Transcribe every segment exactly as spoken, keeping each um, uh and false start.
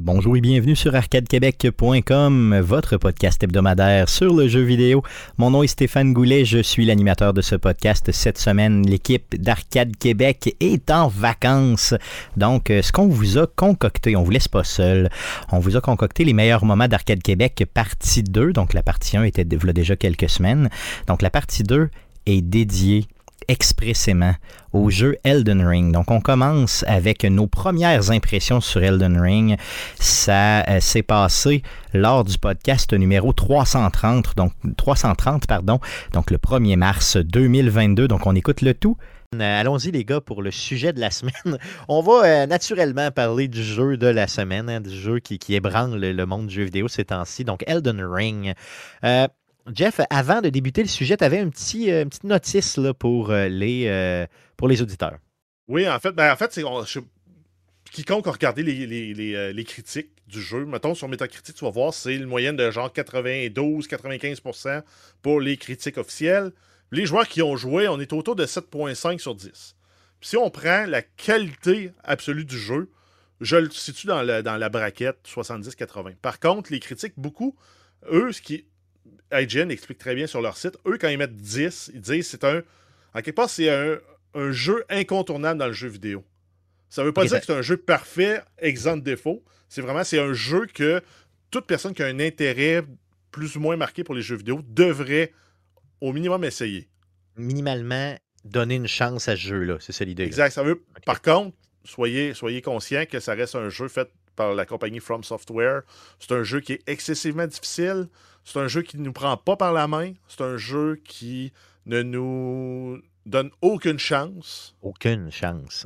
Bonjour et bienvenue sur arcade québec point com, votre podcast hebdomadaire sur le jeu vidéo. Mon nom est Stéphane Goulet, je suis l'animateur de ce podcast. Cette semaine, l'équipe d'Arcade Québec est en vacances. Donc, ce qu'on vous a concocté, on vous laisse pas seul. On vous a concocté les meilleurs moments d'Arcade Québec, partie deux. Donc, la partie un était il y a déjà quelques semaines. Donc, la partie deux est dédiée expressément au jeu Elden Ring. Donc, on commence avec nos premières impressions sur Elden Ring. Ça euh, s'est passé lors du podcast numéro trois cent trente, donc trois cent trente, pardon, donc le premier mars deux mille vingt-deux. Donc, on écoute le tout. Euh, allons-y, les gars, pour le sujet de la semaine. On va euh, naturellement parler du jeu de la semaine, hein, du jeu qui, qui ébranle le monde du jeu vidéo ces temps-ci. Donc, Elden Ring. Euh, Jeff, avant de débuter le sujet, tu avais un petit, euh, une petite notice là, pour, euh, les, euh, pour les auditeurs. Oui, en fait, ben, en fait c'est, on, je, quiconque a regardé les, les, les, euh, les critiques du jeu, mettons sur Metacritic, tu vas voir, c'est une moyenne de genre quatre-vingt-douze à quatre-vingt-quinze pour cent pour les critiques officielles. Les joueurs qui ont joué, on est autour de sept virgule cinq sur dix. Puis si on prend la qualité absolue du jeu, je le situe dans, le, dans la braquette soixante-dix à quatre-vingts. Par contre, les critiques, beaucoup, eux, ce qui... I G N explique très bien sur leur site. Eux, quand ils mettent dix, ils disent c'est un. En quelque part, c'est un, un jeu incontournable dans le jeu vidéo. Ça ne veut pas okay, dire ça... que c'est un jeu parfait, exempt de défaut. C'est vraiment c'est un jeu que toute personne qui a un intérêt plus ou moins marqué pour les jeux vidéo devrait au minimum essayer. Minimalement, donner une chance à ce jeu-là. C'est ça l'idée. Exact. Ça veut... okay. Par contre, soyez, soyez conscients que ça reste un jeu fait par la compagnie From Software. C'est un jeu qui est excessivement difficile. C'est un jeu qui ne nous prend pas par la main. C'est un jeu qui ne nous donne aucune chance. Aucune chance.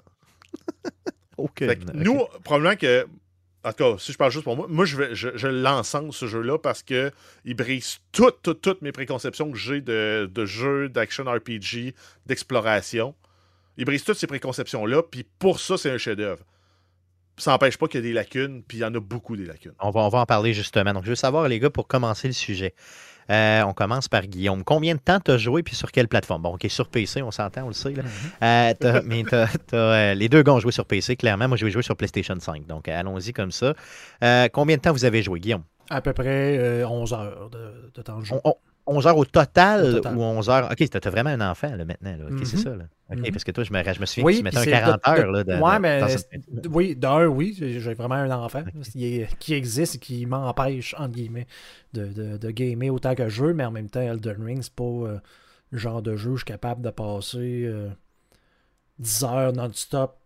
aucune. Fait que okay. Nous, probablement que... En tout cas, si je parle juste pour moi, moi, je, vais, je, je l'encense, ce jeu-là, parce qu'il brise toutes, toutes, toutes mes préconceptions que j'ai de, de jeux, d'action R P G, d'exploration. Il brise toutes ces préconceptions-là, puis pour ça, c'est un chef-d'œuvre. Ça n'empêche pas qu'il y a des lacunes, puis il y en a beaucoup des lacunes. On va, on va en parler justement. Donc, je veux savoir, les gars, pour commencer le sujet. Euh, on commence par Guillaume. Combien de temps tu as joué, puis sur quelle plateforme? Bon, OK, sur P C, on s'entend, on le sait. Là. Mm-hmm. Euh, t'as, mais t'as, t'as, euh, les deux gars ont joué sur P C, clairement. Moi, j'ai joué sur PlayStation cinq. Donc, euh, allons-y comme ça. Euh, combien de temps vous avez joué, Guillaume? À peu près euh, onze heures de, de temps de jeu. On, on, onze heures au total, au total ou onze heures? OK, t'as vraiment un enfant là, maintenant. Là. OK, mm-hmm. C'est ça. Là. OK, mm-hmm. Parce que toi, je me, je me souviens oui, que tu mettais un quarante de, heures. Là, de, ouais, de, mais de, oui, d'un, oui, j'ai vraiment un enfant okay. qui, qui existe et qui m'empêche, entre guillemets, de, de, de gamer autant que je veux, mais en même temps, Elden Ring, c'est pas euh, le genre de jeu où je suis capable de passer euh, dix heures non-stop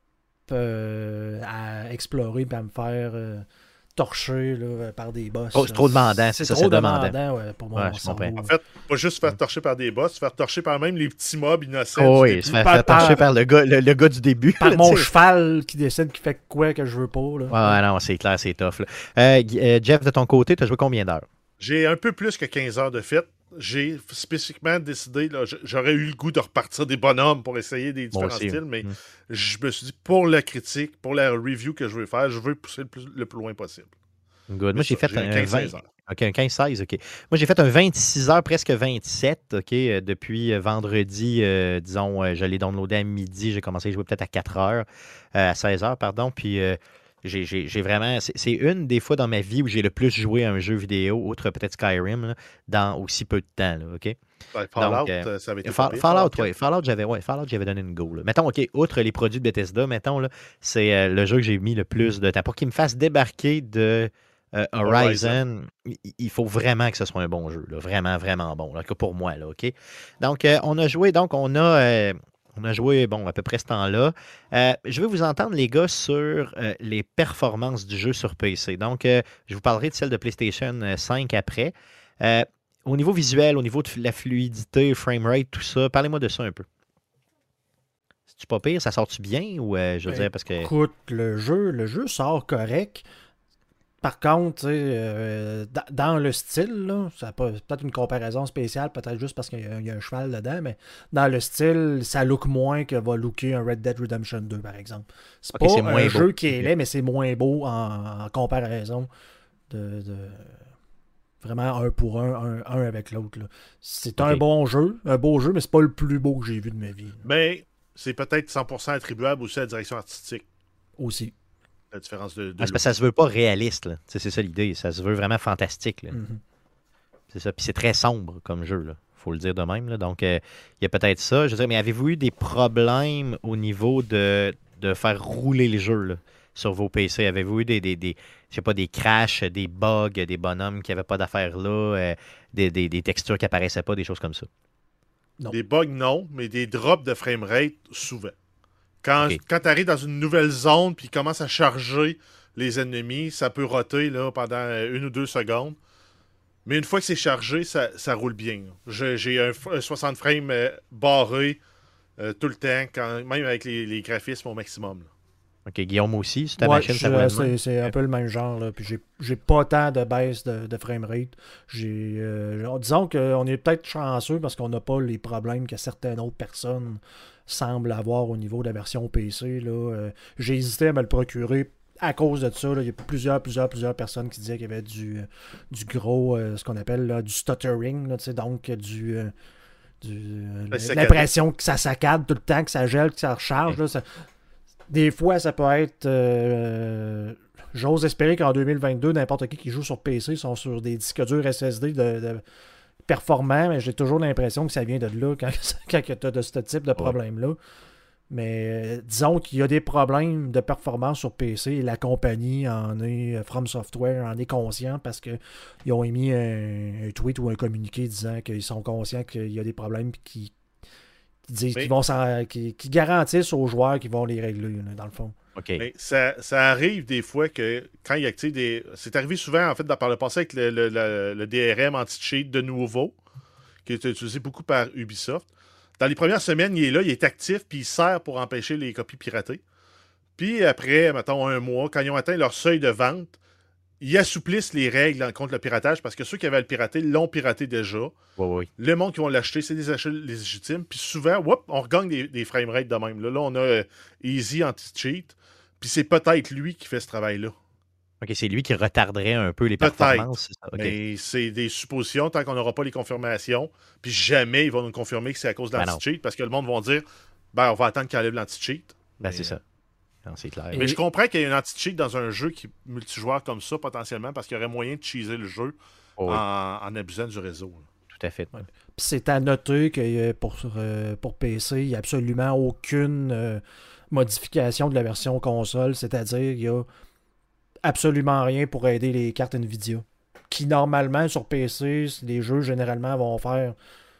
euh, à explorer et à me faire... Euh, torché là, par des boss. Oh, c'est trop demandant, c'est, c'est ça, trop c'est demandant, demandant ouais, pour moi. Ouais, en fait, pas juste se faire torcher par des boss, se faire torcher par même les petits mobs innocents. Oh, oui, se faire, faire torcher par le gars, le, le gars du début. Par là, mon t'sais. Cheval qui décide qui fait quoi que je veux pas. Là. Ouais, non, c'est clair, c'est tough. Là. Euh, euh, Jeff, de ton côté, tu as joué combien d'heures? J'ai un peu plus que quinze heures de fête. J'ai spécifiquement décidé, là, j'aurais eu le goût de repartir des bonhommes pour essayer des différents aussi, styles, mais mmh. je me suis dit, pour la critique, pour la review que je veux faire, je veux pousser le plus, le plus loin possible. Good. Moi, j'ai ça, fait j'ai un quinze, vingt... OK, un quinze seize, OK. Moi, j'ai fait un vingt-six heures, presque vingt-sept, OK, euh, depuis euh, vendredi, euh, disons, euh, je l'ai downloadé à midi, j'ai commencé à jouer peut-être à quatre heures, euh, à seize heures, pardon, puis euh, j'ai, j'ai, j'ai vraiment... C'est, c'est une des fois dans ma vie où j'ai le plus joué à un jeu vidéo, outre peut-être Skyrim, là, dans aussi peu de temps, là, OK? Ouais, Fallout, Donc, euh, ça avait été Fall, Fallout, oui. Fallout, j'avais, ouais, Fallout, j'avais donné une go. Là. Mettons, OK, outre les produits de Bethesda, mettons, là, c'est euh, le jeu que j'ai mis le plus de temps. Pour qu'il me fasse débarquer de... Euh, Horizon, Horizon, il faut vraiment que ce soit un bon jeu, là. Vraiment, vraiment bon, là, que pour moi, là, OK? Donc, euh, on a joué, donc, on a, euh, on a joué, bon, à peu près ce temps-là. Euh, je vais vous entendre, les gars, sur euh, les performances du jeu sur P C. Donc, euh, je vous parlerai de celle de PlayStation cinq après. Euh, au niveau visuel, au niveau de la fluidité, framerate, tout ça, parlez-moi de ça un peu. C'est-tu pas pire? Ça sort-tu bien? Ou, euh, je veux dire, parce que... Écoute, le jeu, le jeu sort correct. Par contre, euh, dans le style, là, ça a pas, peut-être une comparaison spéciale, peut-être juste parce qu'il y a, il y a un cheval dedans, mais dans le style, ça look moins que va looker un Red Dead Redemption deux, par exemple. C'est okay, pas c'est un moins jeu beau. Qui est laid, mais c'est moins beau en, en comparaison de, de vraiment un pour un, un, un avec l'autre. Là. C'est okay. un bon jeu, un beau jeu, mais c'est pas le plus beau que j'ai vu de ma vie. Mais c'est peut-être cent pour cent attribuable aussi à la direction artistique. Aussi. la différence de, de Ah, c'est parce que ça se veut pas réaliste. Là. C'est ça l'idée. Ça se veut vraiment fantastique. Là. Mm-hmm. C'est ça. Puis c'est très sombre comme jeu. Il faut le dire de même. Là. Donc, il euh, y a peut-être ça. Je veux dire, mais avez-vous eu des problèmes au niveau de, de faire rouler le jeu là, sur vos P C? Avez-vous eu des, des, des, je sais pas, des crashs, des bugs, des bonhommes qui n'avaient pas d'affaires là, euh, des, des, des textures qui apparaissaient pas, des choses comme ça? Non. Des bugs, non, mais des drops de framerate, souvent. Quand, okay. quand tu arrives dans une nouvelle zone puis commence à charger les ennemis, ça peut roter là, pendant une ou deux secondes. Mais une fois que c'est chargé, ça, ça roule bien. J'ai un, un soixante frames euh, barré euh, tout le temps, quand, même avec les, les graphismes au maximum. Là. OK, Guillaume aussi, sur ta ouais, machine, ça euh, va C'est un peu le même genre. Là. Puis j'ai pas tant de baisse de, de framerate. Euh, disons qu'on est peut-être chanceux parce qu'on n'a pas les problèmes que certaines autres personnes semblent avoir au niveau de la version P C. Euh, j'ai hésité à me le procurer à cause de ça. Là. Il y a plusieurs, plusieurs, plusieurs personnes qui disaient qu'il y avait du, du gros, euh, ce qu'on appelle là, du stuttering. Là, donc du... Euh, l'impression que ça saccade tout le temps, que ça gèle, que ça recharge. Là, ça... Des fois, ça peut être... Euh... J'ose espérer qu'en deux mille vingt-deux, n'importe qui qui joue sur P C sont sur des disques durs S S D de, de performants, mais j'ai toujours l'impression que ça vient de là quand, quand tu as de ce type de problème-là. Mais euh, disons qu'il y a des problèmes de performance sur P C et la compagnie en est, From Software en est conscient parce qu'ils ont émis un, un tweet ou un communiqué disant qu'ils sont conscients qu'il y a des problèmes et qu'ils qui disent qu'ils vont qui, qui garantissent aux joueurs qu'ils vont les régler, là, dans le fond. Okay. Mais ça, ça arrive des fois que quand il y a des. C'est arrivé souvent en fait par le passé avec le, le, le, le D R M anti-cheat de nouveau, qui est utilisé beaucoup par Ubisoft. Dans les premières semaines, il est là, il est actif, puis il sert pour empêcher les copies piratées. Puis après, mettons un mois, quand ils ont atteint leur seuil de vente, ils assouplissent les règles contre le piratage parce que ceux qui avaient le piraté l'ont piraté déjà. Oui, oui. Le monde qui vont l'acheter, c'est des achats légitimes. Puis souvent, whoop, on regagne des, des framerates de même. Là, là on a euh, Easy anti-cheat. Puis c'est peut-être lui qui fait ce travail-là. OK, c'est lui qui retarderait un peu les performances. Okay. Mais c'est des suppositions tant qu'on n'aura pas les confirmations. Puis jamais ils vont nous confirmer que c'est à cause de l'anti-cheat ben parce que le monde va dire ben on va attendre qu'il enlève l'anti-cheat. Ben mais... c'est ça. C'est clair. Mais Et... je comprends qu'il y ait un anti-cheat dans un jeu qui multijoueur comme ça potentiellement parce qu'il y aurait moyen de cheeser le jeu oh, oui. en, en abusant du réseau. Là. Tout à fait. Ouais. Puis c'est à noter que pour, euh, pour P C, il n'y a absolument aucune euh, modification de la version console, c'est-à-dire il y a absolument rien pour aider les cartes Nvidia. Qui normalement sur P C, les jeux généralement vont faire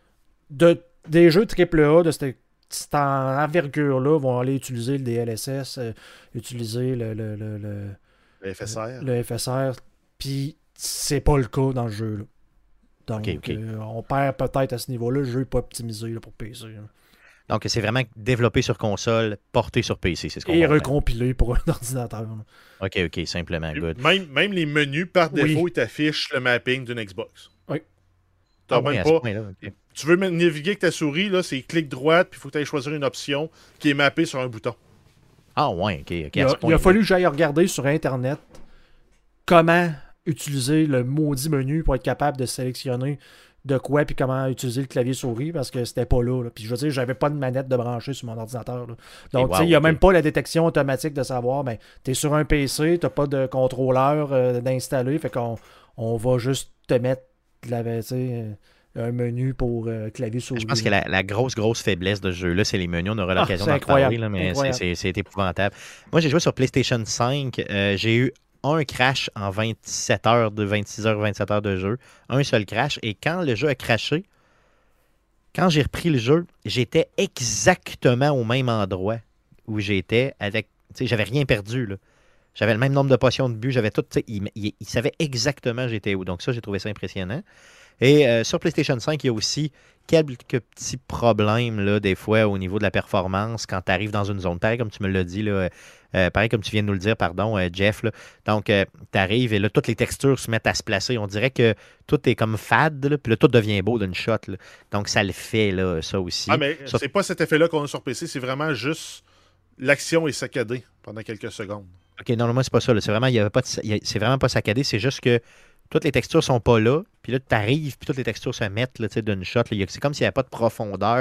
de, des jeux triple A de cette, cette envergure-là vont aller utiliser le D L S S, euh, utiliser le, le, le, le, le F S R. Le, le F S R. Puis c'est pas le cas dans le jeu. Là. Donc okay, okay. Euh, on perd peut-être à ce niveau-là. Le jeu n'est pas optimisé là, pour P C. Là. Donc, c'est vraiment développé sur console, porté sur P C, c'est ce qu'on Et recompilé pour un ordinateur. Là. OK, OK, simplement, good. Même, même les menus, par défaut, oui. ils t'affichent le mapping d'une Xbox. Oui. Ah, même oui, pas... okay. Tu veux naviguer avec ta souris, là, c'est clic droite, puis il faut que tu ailles choisir une option qui est mappée sur un bouton. Ah ouais, OK. okay il a, il a fallu que j'aille regarder sur Internet comment utiliser le maudit menu pour être capable de sélectionner de quoi puis comment utiliser le clavier souris parce que c'était pas là, là. Puis je veux dire, j'avais pas de manette de brancher sur mon ordinateur. Là. Donc, wow, il n'y a okay. même pas la détection automatique de savoir, ben, tu es sur un P C, tu pas de contrôleur euh, d'installer, fait qu'on on va juste te mettre la, euh, un menu pour euh, clavier souris. Je pense que la, la grosse, grosse faiblesse de ce jeu-là, c'est les menus. On aura l'occasion ah, d'en parler, là, mais c'est épouvantable. Moi, j'ai joué sur PlayStation cinq. Euh, j'ai eu un crash en vingt-sept heures, de vingt-six heures, vingt-sept heures de jeu. Un seul crash. Et quand le jeu a crashé, quand j'ai repris le jeu, j'étais exactement au même endroit où j'étais avec... Tu sais, j'avais rien perdu, là. J'avais le même nombre de potions de but, j'avais tout... Tu sais, il, il, il savait exactement j'étais où. Donc ça, j'ai trouvé ça impressionnant. Et euh, sur PlayStation cinq, il y a aussi quelques petits problèmes, là, des fois, au niveau de la performance, quand tu arrives dans une zone. Pareil comme tu me l'as dit, là, euh, pareil comme tu viens de nous le dire, pardon, euh, Jeff. Là. Donc, euh, tu arrives et là, toutes les textures se mettent à se placer. On dirait que tout est comme fade, là, puis là, tout devient beau d'une shot. Là. Donc, ça le fait, là, ça aussi. Ah, mais ça... c'est pas cet effet-là qu'on a sur P C, c'est vraiment juste l'action est saccadée pendant quelques secondes. OK, non, non moi, c'est pas ça. C'est vraiment, il y avait pas de... c'est vraiment pas saccadé, c'est juste que toutes les textures sont pas là, puis là, tu arrives, puis toutes les textures se mettent d'une shot. C'est comme s'il n'y avait pas de profondeur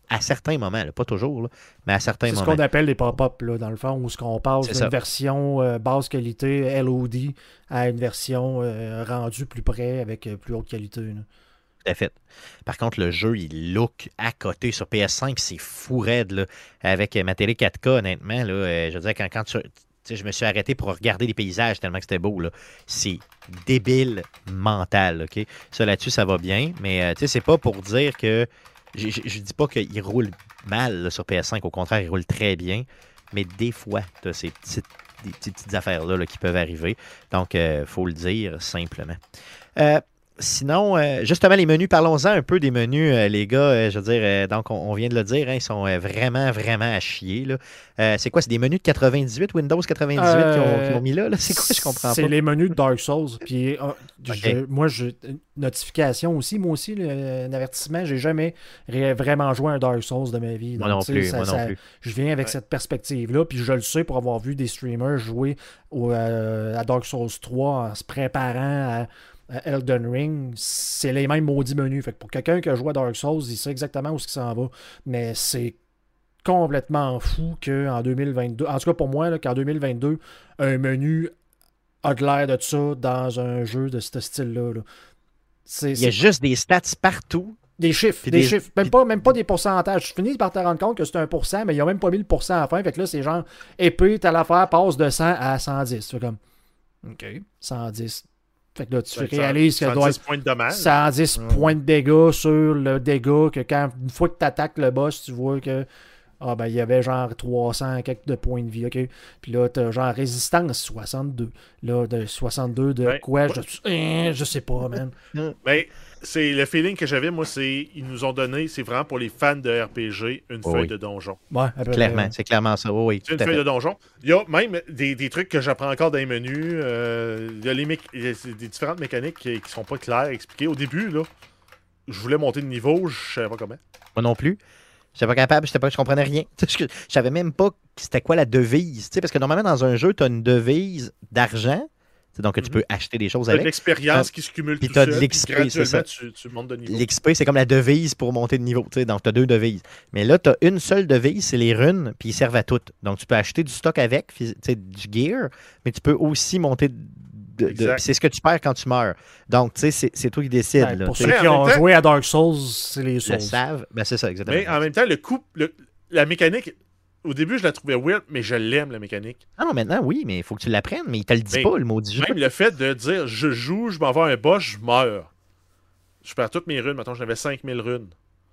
à certains moments, là, pas toujours, là, mais à certains C'est moments. ce qu'on appelle les pop-up, là, dans le fond, où ce qu'on passe C'est d'une ça. version euh, basse qualité L O D à une version euh, rendue plus près avec euh, plus haute qualité. Là. Tout à fait. Par contre, le jeu, il look à côté sur P S cinq, c'est fou raide, là, avec euh, ma télé quatre K, honnêtement, là, euh, je veux dire, quand, quand tu... Tu sais, je me suis arrêté pour regarder les paysages tellement que c'était beau. Là. C'est débile mental. OK? Ça, là-dessus, ça va bien. Mais euh, tu sais, c'est pas pour dire que... Je, je, je dis pas qu'il roule mal là, sur P S cinq. Au contraire, il roule très bien. Mais des fois, tu as ces petites, des, ces petites affaires-là là, qui peuvent arriver. Donc, il euh, faut le dire simplement. Euh, Sinon, euh, justement, les menus, parlons-en un peu des menus, euh, les gars. Euh, je veux dire, euh, donc, on, on vient de le dire, hein, ils sont euh, vraiment, vraiment à chier. Là. Euh, c'est quoi? C'est des menus de quatre-vingt-dix-huit, Windows quatre-vingt-dix-huit euh, qui, ont, qui ont mis là? là? C'est quoi? Je comprends pas. C'est les menus de Dark Souls. Puis, euh, Okay. je, moi, je, notification aussi. Moi aussi, le, un avertissement. J'ai jamais ré- vraiment joué à un Dark Souls de ma vie. Moi Donc, non plus, ça, moi ça, non plus. Je viens avec Ouais. cette perspective-là. Puis, je le sais pour avoir vu des streamers jouer au, euh, à Dark Souls trois en se préparant à. Elden Ring, c'est les mêmes maudits menus. Fait que pour quelqu'un qui a joué à Dark Souls, il sait exactement où il s'en va. Mais c'est complètement fou qu'en deux mille vingt-deux, en tout cas pour moi, là, qu'en deux mille vingt-deux, un menu a de l'air de ça dans un jeu de ce style-là. Là. C'est, Il y a c'est juste des stats partout. des chiffres, Puis des, des- chiffres. Même puis- pas, même pas des pourcentages. Je finis par te rendre compte que c'est un pour cent, mais ils n'ont même pas mis le pourcent à la fin. Fait que là, c'est genre épée, t'as l'affaire, passe de cent à cent dix. Tu fais comme, OK, cent dix. Fait que là, tu Ben, réalises cent- qu'elle doit cent dix points de dommage. cent dix Mm. points de dégâts sur le dégât que quand une fois que tu attaques le boss, tu vois que ah ben il y avait genre trois cents quelques de points de vie, ok? Puis là, t'as genre résistance soixante-deux. Là, de soixante-deux de Ben, quoi? ouais. Je, hein, je sais pas, man. Ben, c'est le feeling que j'avais, moi, c'est ils nous ont donné, c'est vraiment pour les fans de R P G, une Oh feuille oui. de donjon. Ouais, à peu près, Clairement, ouais. c'est clairement ça. Oui, oui, C'est tout une à feuille fait. de donjon. Il y a même des, des trucs que j'apprends encore dans les menus. euh, il y a les méc- il y a des différentes mécaniques qui, qui sont pas claires, expliquées. Au début, là, je voulais monter de niveau, je savais pas comment. Moi non plus. J'étais pas capable, j'étais pas, je comprenais rien. Je savais même pas c'était quoi la devise. Tu sais, parce que normalement, dans un jeu, tu as une devise d'argent. C'est donc que tu Mhm. peux acheter des choses T'as de avec. l'expérience qui se cumule puis tout t'as de seul, l'X P, puis c'est ça. graduellement, tu, tu montes de niveau. L'X P, c'est comme la devise pour monter de niveau. Tu sais, donc, tu as deux devises. Mais là, tu as une seule devise, c'est les runes, puis ils servent à toutes. Donc, tu peux acheter du stock avec, tu sais, du gear, mais tu peux aussi monter de. de- de- Exact. puis c'est ce que tu perds quand tu meurs. Donc, tu sais, c'est, c'est toi qui décides. Ben, là, pour tu ceux sais. Mais qui en ont même temps- joué à Dark Souls, c'est les Ils le Souls. savent. Ben, c'est ça, exactement. Mais en même temps, le coup, le- la mécanique, au début, je la trouvais weird, mais je l'aime, la mécanique. Ah non, maintenant, oui, mais il faut que tu l'apprennes, mais il te le dit Mais- pas, le mot du jeu. Même le fait de dire je joue, je m'en vais à un boss, je meurs. Je perds toutes mes runes. Maintenant, j'avais cinq mille runes.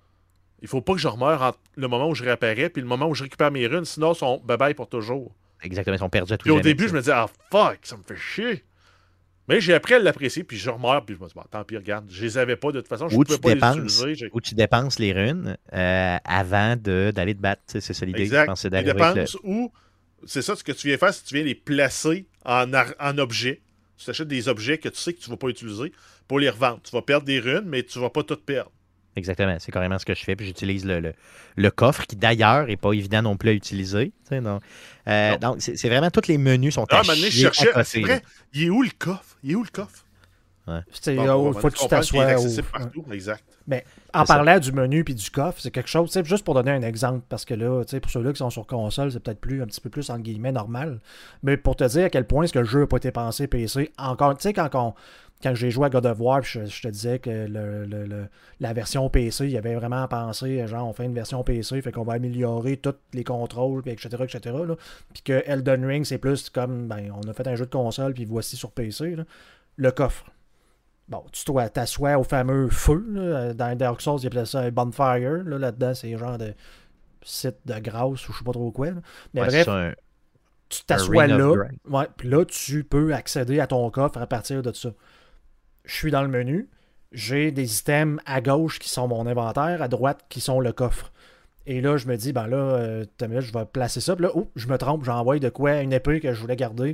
Il faut pas que je remeure entre le moment où je réapparais puis le moment où je récupère mes runes, sinon, ils sont bye-bye pour toujours. Exactement, ils sont perdus à tout Puis au jamais, début, ça. je me disais, ah fuck, ça me fait chier. Mais j'ai appris à l'apprécier, puis je remeurs, puis je me dis, bon, tant pis, regarde, je les avais pas de toute façon, je Ou pouvais tu pas dépenses, les utiliser. j'ai- ou tu dépenses les runes euh, avant de, d'aller te battre. Tu sais, c'est ça l'idée. Je Exact. pense que c'est Les d'arriver avec le- dépenses ou, c'est ça ce que tu viens faire, si tu viens les placer en, ar- en objet. Tu t'achètes des objets que tu sais que tu vas pas utiliser pour les revendre. Tu vas perdre des runes, mais tu vas pas tout perdre. Exactement, c'est carrément ce que je fais. Puis j'utilise le, le, le coffre qui d'ailleurs n'est pas évident non plus à utiliser. Tu sais, donc euh, Non. donc, c'est, c'est vraiment tous les menus sont Ah, à à un moment donné, je chier à cherchais, côté, c'est là. vrai, il est où le coffre? Il est où le coffre? C'est Bon, là où on il va faut que tu comprendre qu'il est t'assoies. au- accessible partout, exact. Mais en C'est ça. parlant du menu puis du coffre, c'est quelque chose, tu sais, juste pour donner un exemple, parce que là, tu sais, pour ceux-là qui sont sur console, c'est peut-être plus un petit peu plus entre guillemets normal. Mais pour te dire à quel point est-ce que le jeu n'a pas été pensé P C, encore, tu sais, quand, on- quand j'ai joué à God of War, je, je te disais que le, le- le- la version P C, il y avait vraiment pensé, genre, on fait une version P C, fait qu'on va améliorer tous les contrôles, puis et cetera, et cetera. Là. Puis que Elden Ring, c'est plus comme, ben, on a fait un jeu de console, puis voici sur P C, là, le coffre. Bon, tu dois t'assois au fameux feu. Là. Dans Dark Souls, ils appellent ça un bonfire. Là, là-dedans, c'est genre de site de grâce ou je sais pas trop quoi. Là. Mais Ouais, bref, c'est un- tu t'assois Ring of là. Drive. Ouais, puis là, tu peux accéder à ton coffre à partir de ça. Je suis dans le menu. J'ai des items à gauche qui sont mon inventaire, à droite qui sont le coffre. Et là, je me dis, ben là, euh, t'as mis, je vais placer ça. Puis là, oh, je me trompe, j'envoie de quoi une épée que je voulais garder.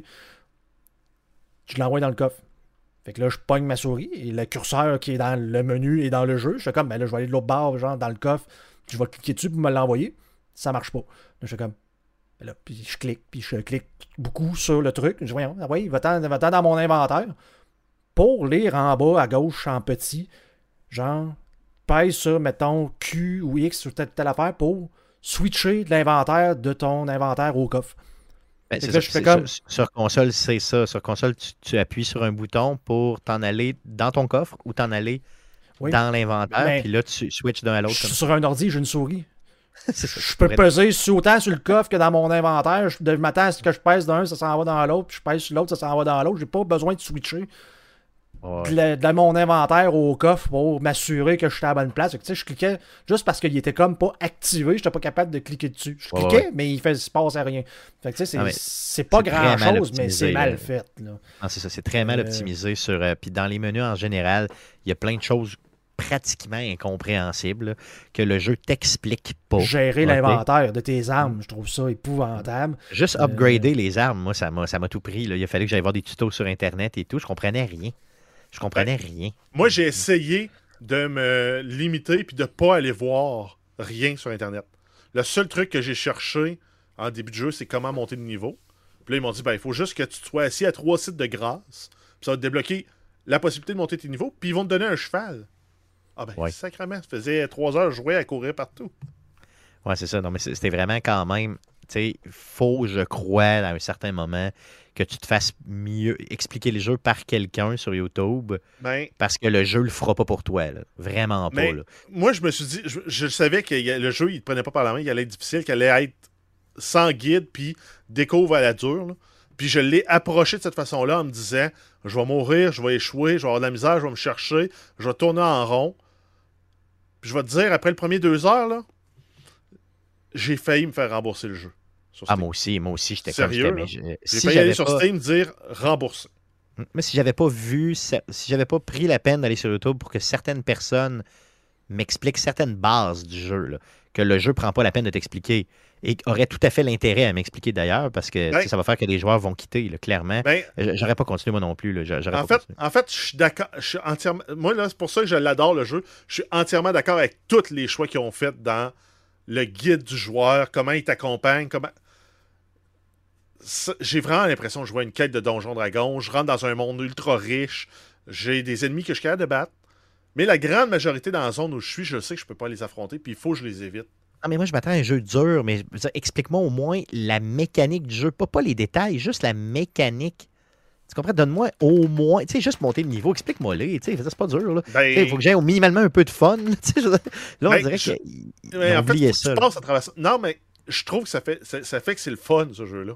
Je l'envoie dans le coffre. Fait que là, je pogne ma souris et le curseur qui est dans le menu et dans le jeu. Je fais comme, ben là, je vais aller de l'autre barre, genre dans le coffre. Je vais cliquer dessus pour me l'envoyer. Ça marche pas. Là, je fais comme, ben là, puis je clique, puis je clique beaucoup sur le truc. Je dis, voyons, ah oui, va-t'en, va-t'en dans mon inventaire. Pour lire en bas à gauche en petit, genre, pèses sur, mettons, Q ou X ou telle, telle affaire pour switcher de l'inventaire de ton inventaire au coffre. Ben, Fait c'est que là, ça, je fais c'est- comme- sur, sur console, c'est ça. Sur console, tu, tu appuies sur un bouton pour t'en aller dans ton coffre ou t'en aller Oui. dans l'inventaire. Mais- Puis là, tu switches d'un à Je l'autre. suis comme sur un ordi, j'ai une souris. ça. C'est ça, Je tu peux pourrais- peser sur- autant sur le coffre que dans mon inventaire. Je, de m'attends à ce que je pèse d'un, ça s'en va dans l'autre, puis je pèse sur l'autre, ça s'en va dans l'autre. J'ai pas besoin de switcher Ouais. de, la- de mon inventaire au coffre pour m'assurer que je suis à la bonne place. Fait que, tu sais, je cliquais juste parce qu'il était comme pas activé, j'étais pas capable de cliquer dessus. Je Ouais, cliquais, ouais. mais il ne se passe à rien. Fait que, tu sais, c'est, Ah, mais c'est pas c'est très mal grand-chose, mais optimisé, c'est mal là. fait. Là. Non, c'est ça, c'est très mal Euh, optimisé sur. euh, puis dans les menus en général, il y a plein de choses pratiquement incompréhensibles là, que le jeu t'explique pas. Gérer Ok? l'inventaire de tes armes, je trouve ça épouvantable. Juste Euh, upgrader les armes, moi, ça m'a, ça m'a tout pris. Là. Il a fallu que j'aille voir des tutos sur Internet et tout. Je comprenais rien. Je comprenais rien. Moi, j'ai essayé de me limiter puis de pas aller voir rien sur Internet. Le seul truc que j'ai cherché en début de jeu, c'est comment monter de niveau. Puis là, ils m'ont dit, ben, il faut juste que tu sois assis à trois sites de grâce. Puis ça va te débloquer la possibilité de monter tes niveaux. Puis ils vont te donner un cheval. Ah ben, Ouais. sacrément, ça faisait trois heures, je jouais à courir partout. Ouais, c'est ça. Non, mais c'est- c'était vraiment quand même. Tu sais, faut, je crois, à un certain moment, que tu te fasses mieux expliquer les jeux par quelqu'un sur YouTube Ben, parce que le jeu le fera pas pour toi. Là. Vraiment pas. Mais- Là. moi, je me suis dit, je, je savais que y a- le jeu, il te prenait pas par la main, il allait être difficile, qu'il allait être sans guide, puis découvre à la dure. Là. Puis je l'ai approché de cette façon-là en me disant, je vais mourir, je vais échouer, je vais avoir de la misère, je vais me chercher, je vais tourner en rond. Puis je vais te dire, après le premier deux heures, là, j'ai failli me faire rembourser le jeu. sur Ah, Steam. moi aussi, moi aussi, j'étais comme Sérieux, j'étais, mais là? je- J'ai si failli aller j'avais sur pas, Steam dire rembourser. moi, si j'avais pas vu, ça- si j'avais pas pris la peine d'aller sur YouTube pour que certaines personnes m'expliquent certaines bases du jeu, là, que le jeu prend pas la peine de t'expliquer et aurait tout à fait l'intérêt à m'expliquer d'ailleurs, parce que tu sais, Ouais. ça va faire que les joueurs vont quitter, là, clairement. Ben, J- J'aurais pas continué moi non plus. Là. J'a- J'aurais En pas fait, continué. en fait, je suis d'accord. Je suis entièrement. Moi, là, c'est pour ça que je l'adore, le jeu. Je suis entièrement d'accord avec tous les choix qu'ils ont fait dans le guide du joueur, comment il t'accompagne, comment. Ça, j'ai vraiment l'impression de jouer à une quête de Donjon Dragon. Je rentre dans un monde ultra riche. J'ai des ennemis que je suis capable de battre. Mais la grande majorité dans la zone où je suis, je sais que je peux pas les affronter, puis il faut que je les évite. Ah, mais moi, je m'attends à un jeu dur, mais je veux dire, explique-moi au moins la mécanique du jeu. Pas, pas les détails, juste la mécanique. Tu comprends? Donne-moi au moins, tu sais, juste monter le niveau. Explique-moi-les, tu sais, c'est pas dur, là. Ben, Il faut que j'aie au minimalement un peu de fun. tu sais, je veux dire. Là, on Ben, dirait je- qu'ils ils mais ont en fait, oublié faut que ça. tu là. passes à travers ça. Non, mais je trouve que ça fait, ça, ça fait que c'est le fun, ce jeu-là.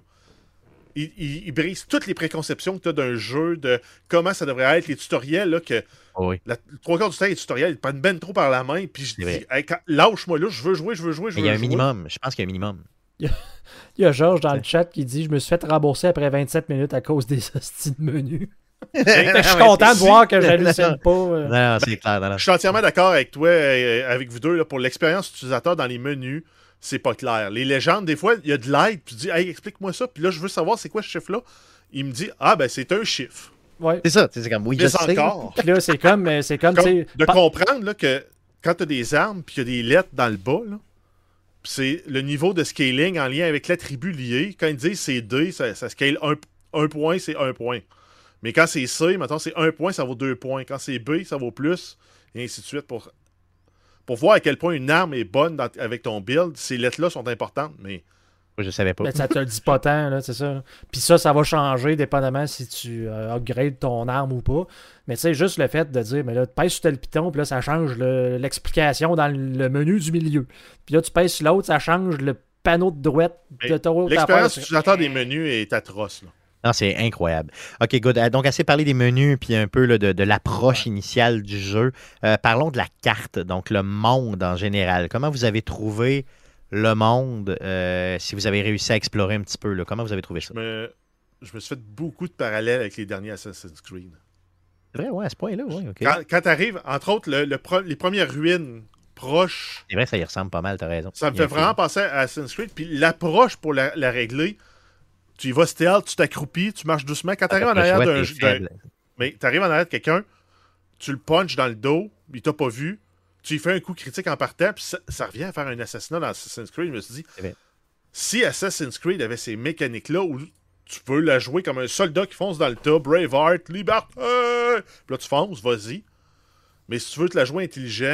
Il, il- il brise toutes les préconceptions que tu as d'un jeu, de comment ça devrait être, les tutoriels, là, que Oh oui. la, le trois quarts du temps, les tutoriels, ils te prennent ben trop par la main, puis je C'est dis, vrai. hey, quand- lâche-moi là, je veux jouer, je veux jouer, je Mais veux il y a un jouer. minimum. Je pense qu'il y a un minimum. Il y a Georges dans le chat qui dit « Je me suis fait rembourser après vingt-sept minutes à cause des hosties de menus. » Je suis content de voir que j'hallucine pas. euh. Non, non, c'est clair. non, non. Je suis entièrement d'accord avec toi, euh, avec vous deux, là, pour l'expérience utilisateur dans les menus, c'est pas clair. Les légendes, des fois, il y a de l'aide, puis tu dis, hey, explique-moi ça, puis là, je veux savoir c'est quoi ce chiffre-là. Il me dit, ah, ben, c'est un chiffre. Ouais. C'est ça. C'est comme, oui, je Mais sais. encore. Puis là, c'est comme, euh, c'est comme, tu Comme- sais, de pa- comprendre là, que quand tu as des armes puis qu'il y a des lettres dans le bas, là, pis c'est le niveau de scaling en lien avec l'attribut lié. Quand ils disent c'est D, ça, ça scale un, un point, c'est un point. Mais quand c'est C, maintenant c'est un point, ça vaut deux points. Quand c'est B, ça vaut plus, et ainsi de suite. Pour, pour voir à quel point une arme est bonne dans- avec ton build, ces lettres-là sont importantes, mais Je savais pas. mais ça te le dit pas tant, là, c'est ça. Puis ça, ça va changer dépendamment si tu euh, upgrades ton arme ou pas. Mais tu sais, juste le fait de dire, mais là, tu pèses sur tel piton, puis là, ça change le- l'explication dans le menu du milieu. Puis là, tu pèses sur l'autre, ça change le panneau de droite de Mais ton autre l'expérience affaire. utilisateur des menus est atroce. Là. Non, c'est incroyable. OK, good. Euh, Donc, assez parlé des menus puis un peu là, de, de l'approche initiale du jeu. Euh, parlons de la carte, donc le monde en général. Comment vous avez trouvé le monde, euh, si vous avez réussi à explorer un petit peu? Là, comment vous avez trouvé ça? Je me, je me suis fait beaucoup de parallèles avec les derniers Assassin's Creed. C'est vrai, ouais, à ce point-là, oui, OK. Quand, quand tu arrives, entre autres, le, le pro- les premières ruines proches, C'est vrai, ça y ressemble pas mal, t'as raison. ça me Il y a fait un vraiment film. penser à Assassin's Creed. Puis l'approche pour la, la régler, tu y vas stealth, tu t'accroupis, tu marches doucement. Quand tu arrives en Le arrière choix, d'un. t'es d'un- faible. Mais tu arrives en arrière de quelqu'un, tu le punches dans le dos, il t'a pas vu, tu lui fais un coup critique en partant, puis ça, ça revient à faire un assassinat dans Assassin's Creed. Je me suis dit, C'est vrai. si Assassin's Creed avait ces mécaniques-là où tu peux la jouer comme un soldat qui fonce dans le tas, Braveheart, liberté, puis là tu fonces, vas-y. Mais si tu veux te la jouer intelligent,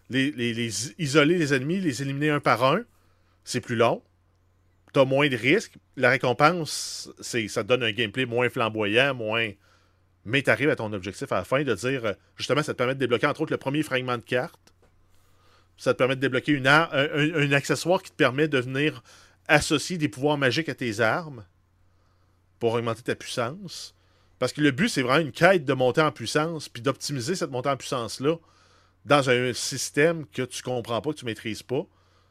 les, les, les isoler les ennemis, les éliminer un par un, c'est plus long. T'as moins de risques. La récompense, c'est, ça te donne un gameplay moins flamboyant, moins... Mais t'arrives à ton objectif à la fin de dire... Justement, ça te permet de débloquer, entre autres, le premier fragment de carte. Ça te permet de débloquer une ar- un, un, un accessoire qui te permet de venir associer des pouvoirs magiques à tes armes pour augmenter ta puissance. Parce que le but, c'est vraiment une quête de monter en puissance puis d'optimiser cette montée en puissance-là dans un système que tu comprends pas, que tu maîtrises pas.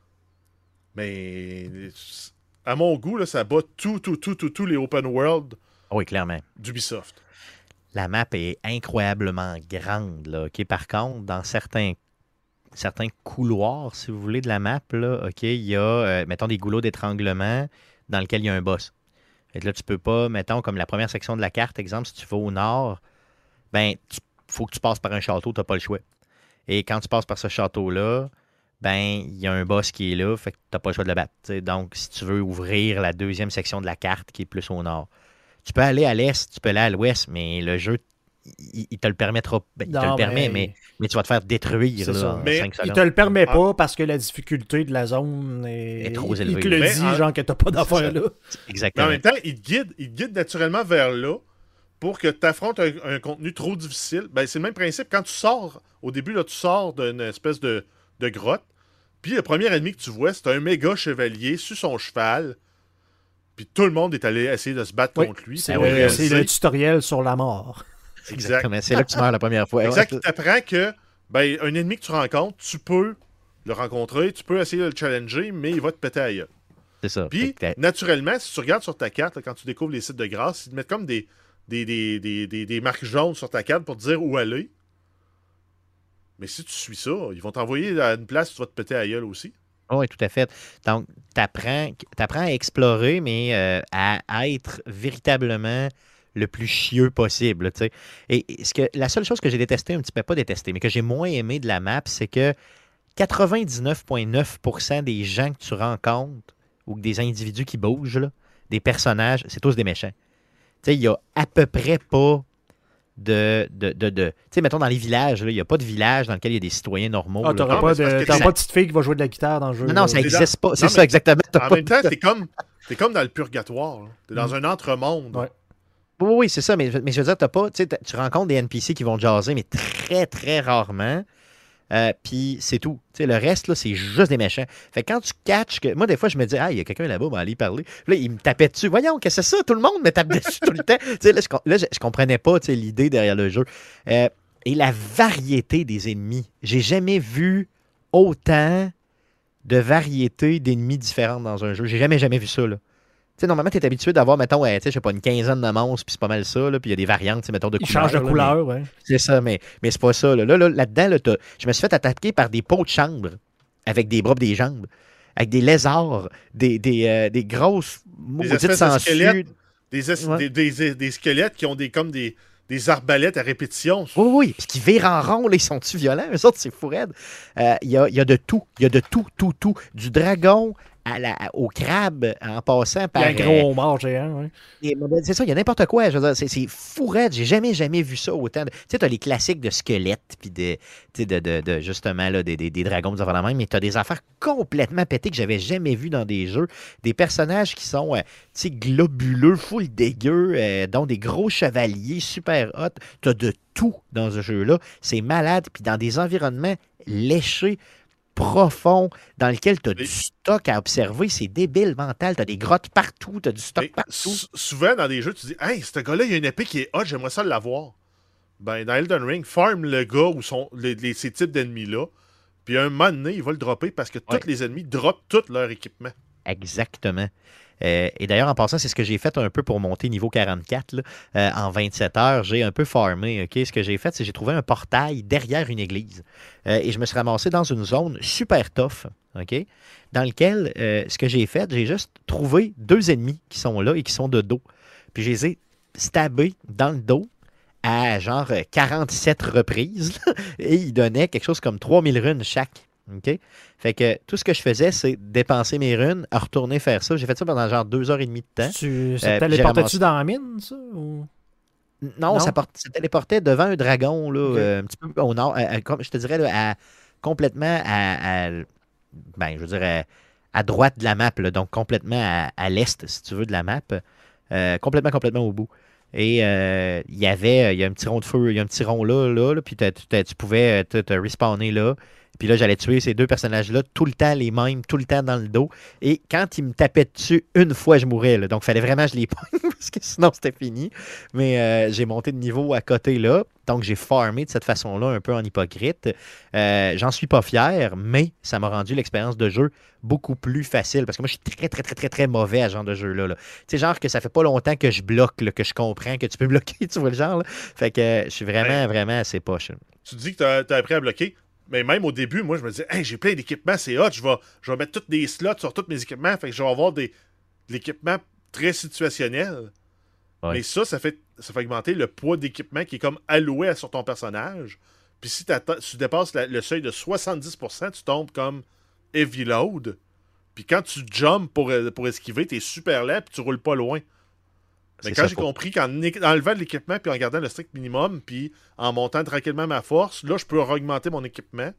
Mais... À mon goût, là, ça bat tout, tout, tout, tout, tout les open world Oui, clairement. d'Ubisoft. La map est incroyablement grande. Là, OK? Par contre, dans certains, certains couloirs, si vous voulez, de la map, là, OK, il y a, euh, mettons, des goulots d'étranglement dans lesquels il y a un boss. Et là, tu peux pas, mettons, comme la première section de la carte, exemple, si tu vas au nord, ben, il faut que tu passes par un château, tu n'as pas le choix. Et quand tu passes par ce château-là, ben, il y a un boss qui est là, fait que tu n'as pas le choix de le battre. T'sais. Donc, si tu veux ouvrir la deuxième section de la carte qui est plus au nord, tu peux aller à l'est, tu peux aller à l'ouest, mais le jeu, il, il te le permettra. Ben, il Non, te le permet, mais... mais, mais tu vas te faire détruire C'est là, ça. en Mais cinq Il secondes. te le permet pas parce que la difficulté de la zone est, Est trop il, élevée. il te le Mais dit, en- genre que t'as pas d'affaire ça. là. Mais Exactement. en même temps, il te guide, il te guide naturellement vers là pour que tu affrontes un, un contenu trop difficile. Ben, c'est le même principe. Quand tu sors, au début, là, tu sors d'une espèce de, de grotte, puis le premier ennemi que tu vois, c'est un méga chevalier sur son cheval, puis tout le monde est allé essayer de se battre Oui, contre lui. c'est, Ah pour oui, le, réaliser- c'est le tutoriel sur la mort. Exact. Exactement. C'est là que tu meurs la première fois. Exact, Ouais. tu apprends que ben, un ennemi que tu rencontres, tu peux le rencontrer, tu peux essayer de le challenger, mais il va te péter à gueule. C'est ça. Puis, Fait que t'as- naturellement, si tu regardes sur ta carte, là, quand tu découvres les sites de grâce, ils te mettent comme des, des, des, des, des, des marques jaunes sur ta carte pour te dire où aller. Mais si tu suis ça, ils vont t'envoyer à une place où tu vas te péter à gueule aussi. Oui, tout à fait. Donc, tu apprends à explorer, mais euh, à, à être véritablement le plus chieux possible. Tu sais. Et, et ce que, la seule chose que j'ai détesté, un petit peu pas détesté, mais que j'ai moins aimé de la map, c'est que quatre-vingt-dix-neuf virgule neuf pour cent des gens que tu rencontres ou des individus qui bougent, là, des personnages, c'est tous des méchants. Tu sais, il n'y a à peu près pas de... de, de, de tu sais, mettons dans les villages, là, il n'y a pas de village dans lequel il y a des citoyens normaux. Ah, là, t'auras non, pas mais c'est parce de, que t'auras c'est- pas de petite fille qui va jouer de la guitare dans le jeu. Non, non, là. ça C'est n'existe pas. C'est Non, ça, mais- exactement. T'as En pas même temps, de- t'es comme, t'es comme dans le purgatoire. là. T'es dans un entre-monde. Ouais. Oui, oui, c'est ça, mais, mais je veux dire, t'as pas, tu sais, t'as- tu rencontres des N P C qui vont te jaser, mais très, très rarement. Euh, Puis c'est tout. Tu sais, le reste, là, c'est juste des méchants. Fait que quand tu catches que. Moi, des fois, je me dis, ah, il y a quelqu'un là-bas, on va aller y parler. Puis là, il me tapait dessus. Voyons, qu'est-ce que c'est ça? Tout le monde me tape dessus tout le temps. Tu sais, là, je, com- là, je, je comprenais pas tu sais, l'idée derrière le jeu. Euh, et la variété des ennemis. J'ai jamais vu autant de variété d'ennemis différentes dans un jeu. J'ai jamais, jamais vu ça, là. Tu sais, normalement, tu es habitué d'avoir, mettons, euh, tu sais, je sais pas, une quinzaine de monstres, puis c'est pas mal ça, là, puis il y a des variantes, tu sais, mettons, de Il couleurs. change de là, mais- couleur, ouais. C'est ça, mais, mais c'est pas ça. Là, là, là, là-dedans, là, t'as- je me suis fait attaquer par des pots de chambre avec des bras pis des jambes, avec des lézards, des, des, euh, des grosses Des maudites espèces de sangsues. squelettes. Des, es- Ouais. des, des, des squelettes qui ont des, comme des, des arbalètes à répétition. Oui, oui, puis qui virent en rond, là, ils sont-tu violents? Eux autres, c'est fou raide. Euh, Il y, a, il y a de tout, il y a de tout, tout, tout. Du dragon à la, au crabe, en passant Il y par... a un euh, gros homard géant, ouais. Et, ben, c'est ça, il y a n'importe quoi. Je veux dire, c'est, c'est fou raide. J'ai jamais, jamais vu ça autant. de- Tu sais, t'as les classiques de squelettes, puis de, tu sais, de, de, de, justement, là, des, des, des dragons, des affaires de même, mais t'as des affaires complètement pétées que j'avais jamais vues dans des jeux. Des personnages qui sont, euh, tu sais, globuleux, full dégueu, euh, dont des gros chevaliers super hot. T'as de tout dans ce jeu-là. C'est malade, puis dans des environnements léchés, profonds, dans lesquels t'as Mais- du stock à observer. C'est débile mental. T'as des grottes partout, t'as du stock Mais partout. sou- souvent, dans des jeux, tu dis « Hey, ce gars-là, il a une épée qui est hot, j'aimerais ça l'avoir. » Ben, dans Elden Ring, farm le gars ou son, les, les- ces types d'ennemis-là, puis un moment donné, il va le dropper parce que Ouais. tous les ennemis droppent tout leur équipement. Exactement. Euh, et d'ailleurs, en passant, c'est ce que j'ai fait un peu pour monter niveau quarante-quatre. Là. Euh, en vingt-sept heures, j'ai un peu farmé. ok? Ce que j'ai fait, c'est que j'ai trouvé un portail derrière une église. Euh, et je me suis ramassé dans une zone super tough, ok? Dans lequel, euh, ce que j'ai fait, j'ai juste trouvé deux ennemis qui sont là et qui sont de dos. Puis je les ai stabés dans le dos à genre euh, quarante-sept reprises. là. Et ils donnaient quelque chose comme trois mille runes chaque. OK? Fait que tout ce que je faisais, c'est dépenser mes runes, à retourner faire ça. J'ai fait ça pendant genre deux heures et demie de temps. Tu, ça Euh, te puis j'ai téléportais-tu ramassé- dans la mine, ça? Ou... Non, Non? Ça, porte- ça téléportait devant un dragon, là, Ok. euh, un petit peu au nord, à- à- comme je te dirais, là, à complètement à, à ben, je veux dire, à, à droite de la map, là, donc complètement à, à l'est, si tu veux, de la map, euh, complètement, complètement au bout. Et euh, il y avait, il y a un petit rond de feu, il y a un petit rond là, là, là puis t'as, t'as, tu pouvais te, te respawner là. Puis là, j'allais tuer ces deux personnages-là, tout le temps les mêmes, tout le temps dans le dos. Et quand ils me tapaient dessus, une fois, je mourais. Là. Donc, il fallait vraiment que je les pogne, parce que sinon, c'était fini. Mais euh, j'ai monté de niveau à côté là. Donc, j'ai farmé de cette façon-là, un peu en hypocrite. Euh, j'en suis pas fier, mais ça m'a rendu l'expérience de jeu beaucoup plus facile. Parce que moi, je suis très, très, très, très, très mauvais à ce genre de jeu-là. Là. Tu sais, genre que ça fait pas longtemps que je bloque, là, que je comprends que tu peux bloquer, tu vois le genre. Là. Fait que euh, je suis vraiment, ben, vraiment assez poche. Tu dis que tu as appris à bloquer. Mais même au début, moi, je me disais, hey, j'ai plein d'équipements, c'est hot, je vais, je vais mettre tous des slots sur tous mes équipements, fait que je vais avoir des, de l'équipement très situationnel. Ouais. Mais ça, ça fait, ça fait augmenter le poids d'équipement qui est comme alloué sur ton personnage. Puis si tu dépasses la, le seuil de soixante-dix pour cent, tu tombes comme heavy load. Puis quand tu jumps pour, pour esquiver, t'es super lent, puis tu roules pas loin. Mais quand j'ai pour... compris qu'en enlevant de l'équipement puis en gardant le strict minimum puis en montant tranquillement ma force, là, je peux augmenter mon équipement.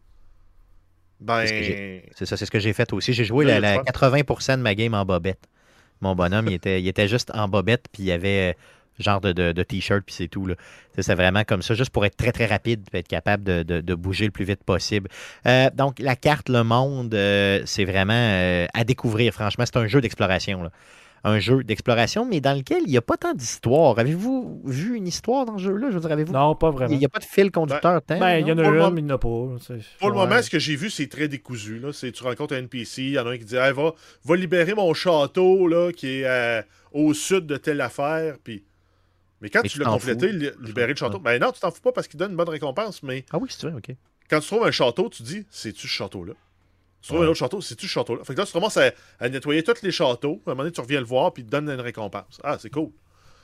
Ben... C'est ça, c'est ce que j'ai fait aussi. J'ai joué la, la quatre-vingts pour cent de ma game en bobette. Mon bonhomme, il, était, il était juste en bobette puis il y avait genre de, de, de t-shirt puis c'est tout. Là. C'est vraiment comme ça, juste pour être très, très rapide et être capable de, de, de bouger le plus vite possible. Euh, donc, la carte, le monde, euh, c'est vraiment euh, à découvrir, franchement. C'est un jeu d'exploration, là. Un jeu d'exploration, mais dans lequel il n'y a pas tant d'histoire. Avez-vous vu une histoire dans ce jeu-là? Je veux dire, avez-vous... Non, pas vraiment. Il n'y a pas de fil conducteur. Ben, ben il y en a un, moment... mais il n'y en a pas. C'est... Pour ouais. le moment, ce que j'ai vu, c'est très décousu. Là. C'est, tu rencontres un N P C, il y en a un qui dit hey, va, va libérer mon château là, qui est euh, au sud de telle affaire. Puis... Mais quand mais tu, tu l'as complété, li- libérer le château, ouais. ben non, tu t'en fous pas parce qu'il donne une bonne récompense. Mais ah oui, c'est vrai, ok. Quand tu trouves un château, tu dis c'est-tu ce château-là? Tu trouves ouais. un autre château, c'est-tu ce château-là? Fait que là, tu commences à, à nettoyer tous les châteaux. À un moment donné, tu reviens le voir, puis il te donne une récompense. Ah, c'est cool.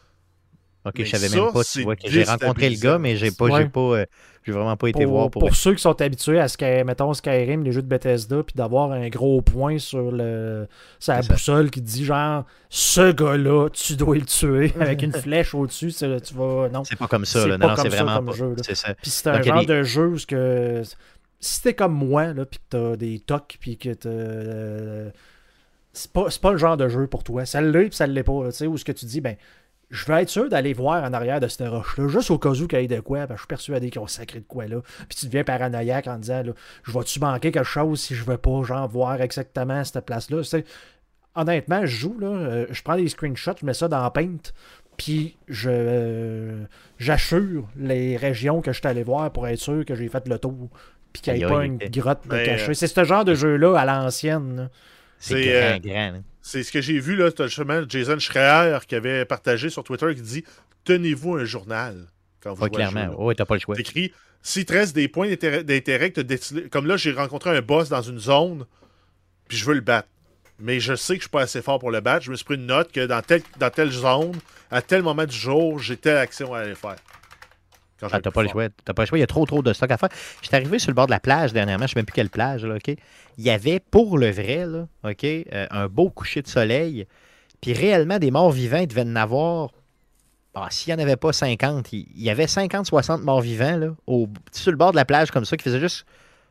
Ok, mais je savais ça, même pas. Tu vois que j'ai rencontré le gars, mais j'ai pas, ouais. j'ai pas, euh, j'ai vraiment pas été pour, voir. Pour, pour ceux qui sont habitués à ce que, mettons, Skyrim, les jeux de Bethesda, puis d'avoir un gros point sur le, sa boussole qui dit genre, ce gars-là, tu dois le tuer avec une flèche au-dessus. C'est, tu vas, non. C'est pas comme ça. Là. Non, non, c'est vraiment comme pas. Jeu, c'est ça. Puis c'est un Donc, genre des... de jeu où que. Si t'es comme moi, là, pis que t'as des tocs, pis que t'as... Euh, c'est, pas, c'est pas le genre de jeu pour toi. Ça l'est, pis ça l'est pas. Tu sais, où ce que tu dis, ben, je vais être sûr d'aller voir en arrière de cette roche-là, juste au cas où qu'il y ait de quoi, ben, je suis persuadé qu'ils ont sacré de quoi, là. Puis tu deviens paranoïaque en disant, là, je vais-tu manquer quelque chose si je veux pas, genre, voir exactement cette place-là. Tu sais, honnêtement, je joue, là, euh, je prends des screenshots, je mets ça dans Paint, puis je euh, j'assure les régions que je suis allé voir pour être sûr que j'ai fait le tour. Puis qu'il n'y ait pas une grotte de cachée. C'est ce genre de jeu-là à l'ancienne. Là. C'est, c'est grand, euh, grand. Hein. C'est ce que j'ai vu, là, justement, Jason Schreier qui avait partagé sur Twitter qui dit « Tenez-vous un journal quand vous ouais, jouez clairement. Oh, oui, t'as pas le choix. » C'est écrit « S'il te reste des points d'intérêt, d'intérêt que t'as comme là, j'ai rencontré un boss dans une zone, puis je veux le battre. Mais je sais que je suis pas assez fort pour le battre. Je me suis pris une note que dans, tel, dans telle zone, à tel moment du jour, j'ai telle action à aller faire. » Ah, t'as pas le choix. T'as pas le choix. Il y a trop, trop de stock à faire. J'étais arrivé sur le bord de la plage dernièrement. Je ne sais même plus quelle plage. Là, OK? Il y avait, pour le vrai, là, OK, euh, un beau coucher de soleil. Puis réellement, des morts vivants, il devait en avoir... Ah, s'il n'y en avait pas cinquante, il y avait cinquante soixante morts vivants là, au... sur le bord de la plage comme ça, qui faisaient juste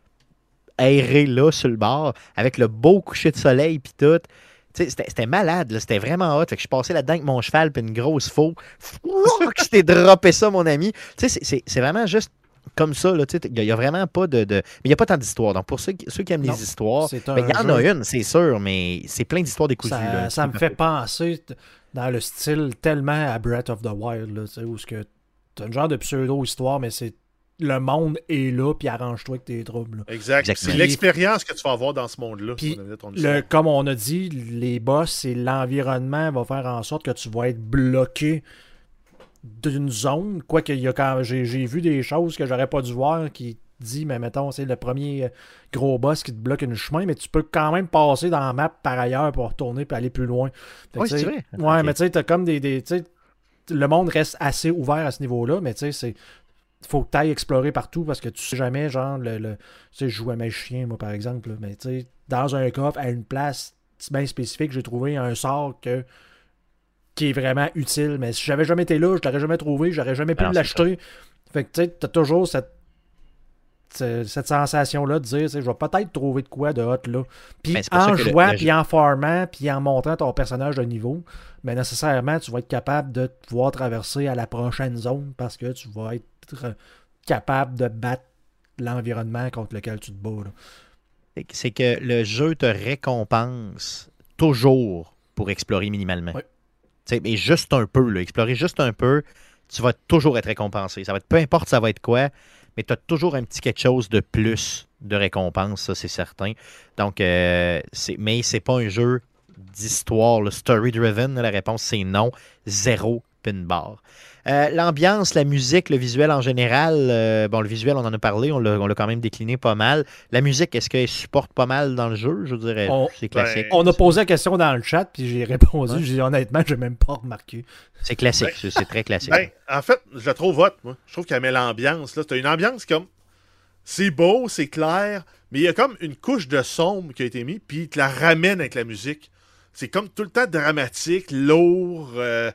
aérer là, sur le bord, avec le beau coucher de soleil puis tout. C'était, c'était malade, là. C'était vraiment hot. Fait que je suis passé là-dedans avec mon cheval puis une grosse faux. Je t'ai droppé ça, mon ami. C'est, c'est, c'est vraiment juste comme ça. Il n'y a, a vraiment pas de, de... Mais il n'y a pas tant d'histoires. Donc, pour ceux, ceux qui aiment non, les histoires, il ben, y en a une, c'est sûr, mais c'est plein d'histoires décousues. Ça, là, ça me fait penser dans le style tellement à Breath of the Wild, là, où tu as un genre de pseudo-histoire, mais c'est le monde est là, puis arrange-toi avec tes troubles. Là. Exact. Exactement. C'est l'expérience que tu vas avoir dans ce monde-là. Puis, le, comme on a dit, les boss et l'environnement va faire en sorte que tu vas être bloqué d'une zone. Quoique, il y a quand j'ai, j'ai vu des choses que j'aurais pas dû voir qui dit, mais mettons, c'est le premier gros boss qui te bloque une chemin, mais tu peux quand même passer dans la map par ailleurs pour retourner et aller plus loin. Fait, oui, c'est vrai. Ouais, okay. Mais tu sais, t'as comme des... des le monde reste assez ouvert à ce niveau-là, mais tu sais, c'est... faut que tu ailles explorer partout parce que tu sais jamais, genre, le, le tu sais, je joue à mes chiens, moi, par exemple, là, mais tu sais, dans un coffre, à une place bien spécifique, j'ai trouvé un sort que, qui est vraiment utile, mais si j'avais jamais été là, je l'aurais jamais trouvé, j'aurais jamais pu Alors, l'acheter. Fait que, tu sais, t'as toujours cette, cette sensation-là de dire, je vais peut-être trouver de quoi de hot là. Puis Ben, en jouant, le... puis en farmant, puis en montant ton personnage de niveau, ben nécessairement, tu vas être capable de pouvoir traverser à la prochaine zone parce que tu vas être capable de battre l'environnement contre lequel tu te bats. Là. C'est que le jeu te récompense toujours pour explorer minimalement. Oui. T'sais, mais juste un peu, là, explorer juste un peu, tu vas toujours être récompensé. Ça va être, peu importe ça va être quoi, mais tu as toujours un petit quelque chose de plus de récompense, ça c'est certain. Donc, euh, c'est, mais c'est pas un jeu d'histoire, le story-driven, la réponse c'est non, zéro pin bar. Euh, l'ambiance, la musique, le visuel en général, euh, bon, le visuel, on en a parlé, on l'a, on l'a quand même décliné pas mal. La musique, est-ce qu'elle supporte pas mal dans le jeu? Je dirais, on, c'est classique. Ben, on a posé la question dans le chat, puis j'ai répondu, ouais. J'ai dit honnêtement, j'ai même pas remarqué. C'est classique, ben, c'est très classique. Ben, en fait, je la trouve hot, moi. Je trouve qu'elle met l'ambiance. Là. C'est une ambiance comme... C'est beau, c'est clair, mais il y a comme une couche de sombre qui a été mise, puis il te la ramène avec la musique. C'est comme tout le temps dramatique, lourd... Euh...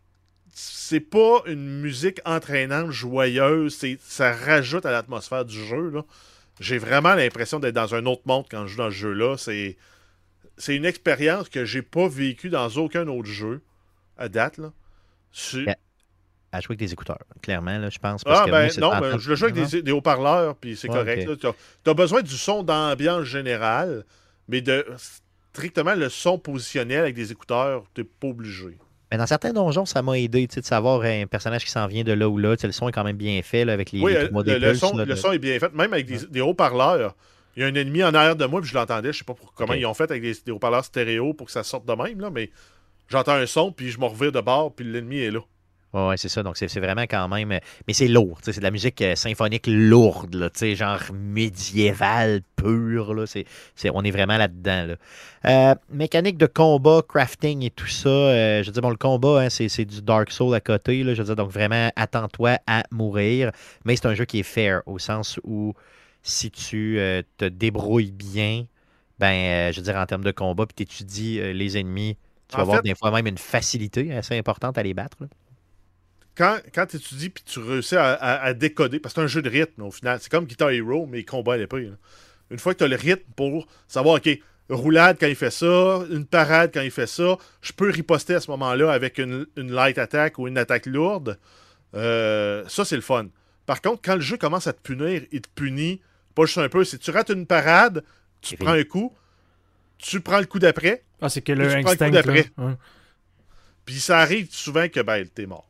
C'est pas une musique entraînante, joyeuse. C'est, ça rajoute à l'atmosphère du jeu. Là. J'ai vraiment l'impression d'être dans un autre monde quand je joue dans ce jeu-là. C'est, c'est une expérience que j'ai pas vécue dans aucun autre jeu à date. Là. C'est... À jouer avec des écouteurs, clairement, là, je pense. Parce ah, que ben moi, non, ben, je le joue avec des, des haut-parleurs, puis c'est ouais, correct. Okay. Tu as besoin du son d'ambiance générale, mais de strictement le son positionnel avec des écouteurs, t'es pas obligé. Mais dans certains donjons, ça m'a aidé de savoir un personnage qui s'en vient de là ou là. Le son est quand même bien fait là, avec les, oui, les trois le, le, son, là, le de... son est bien fait, même avec des, ouais. des haut-parleurs. Il y a un ennemi en arrière de moi, puis je l'entendais. Je sais pas pour, comment okay. ils ont fait avec des, des haut-parleurs stéréo pour que ça sorte de même, là, mais j'entends un son, puis je me revire de bord, puis l'ennemi est là. Oui, ouais, c'est ça. Donc, c'est, c'est vraiment quand même... Mais c'est lourd. C'est de la musique euh, symphonique lourde, là, genre médiévale, pure. Là, c'est, c'est, on est vraiment là-dedans. Là. Euh, mécanique de combat, crafting et tout ça. Euh, je veux dire, bon, le combat, hein, c'est, c'est du Dark Souls à côté. Là, je veux dire, donc vraiment, attends-toi à mourir. Mais c'est un jeu qui est fair, au sens où si tu euh, te débrouilles bien, ben, euh, je veux dire, en termes de combat, puis tu étudies euh, les ennemis, tu vas avoir des fois même une facilité assez importante à les battre. Là. Quand, quand tu étudies puis tu réussis à, à, à décoder, parce que c'est un jeu de rythme au final, c'est comme Guitar Hero, mais combat à l'épée. Là. Une fois que tu as le rythme pour savoir, OK, roulade quand il fait ça, une parade quand il fait ça, je peux riposter à ce moment-là avec une, une light attack ou une attaque lourde, euh, ça c'est le fun. Par contre, quand le jeu commence à te punir, il te punit pas juste un peu. Si tu rates une parade, tu prends un coup, tu prends le coup d'après, ah, c'est que le tu instinct, prends le coup d'après. Ouais. Puis ça arrive souvent que ben, t'es mort.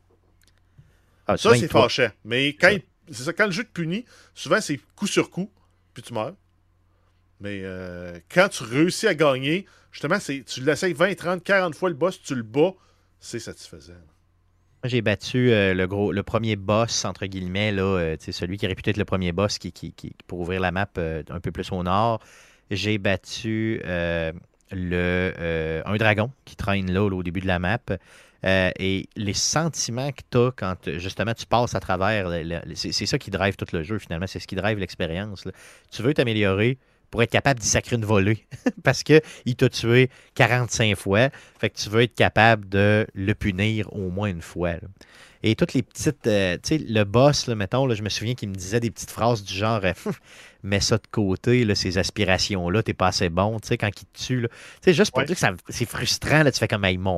Ah, ça, c'est fâchant. Mais quand, il, c'est ça, quand le jeu te punit, souvent, c'est coup sur coup, puis tu meurs. Mais euh, quand tu réussis à gagner, justement, c'est, tu l'essayes vingt, trente, quarante fois le boss, tu le bats, c'est satisfaisant. Moi, j'ai battu euh, le, gros, le premier boss, entre guillemets, là, euh, celui qui est réputé être le premier boss qui, qui, qui, pour ouvrir la map euh, un peu plus au nord. J'ai battu euh, le, euh, un dragon qui traîne là, là au début de la map. Euh, et les sentiments que tu as quand justement tu passes à travers, le, le, c'est, c'est ça qui drive tout le jeu finalement, c'est ce qui drive l'expérience. Là. Tu veux t'améliorer pour être capable d'y sacrer une volée parce qu'il t'a tué quarante-cinq fois, fait que tu veux être capable de le punir au moins une fois. Là. Et toutes les petites, euh, tu sais, le boss, là, mettons, là, je me souviens qu'il me disait des petites phrases du genre euh, « mets ça de côté, là, ces aspirations-là, t'es pas assez bon », tu sais, quand il te tue. Tu sais, juste pour ouais. dire que ça, c'est frustrant, là, tu fais comme « hey, mon... »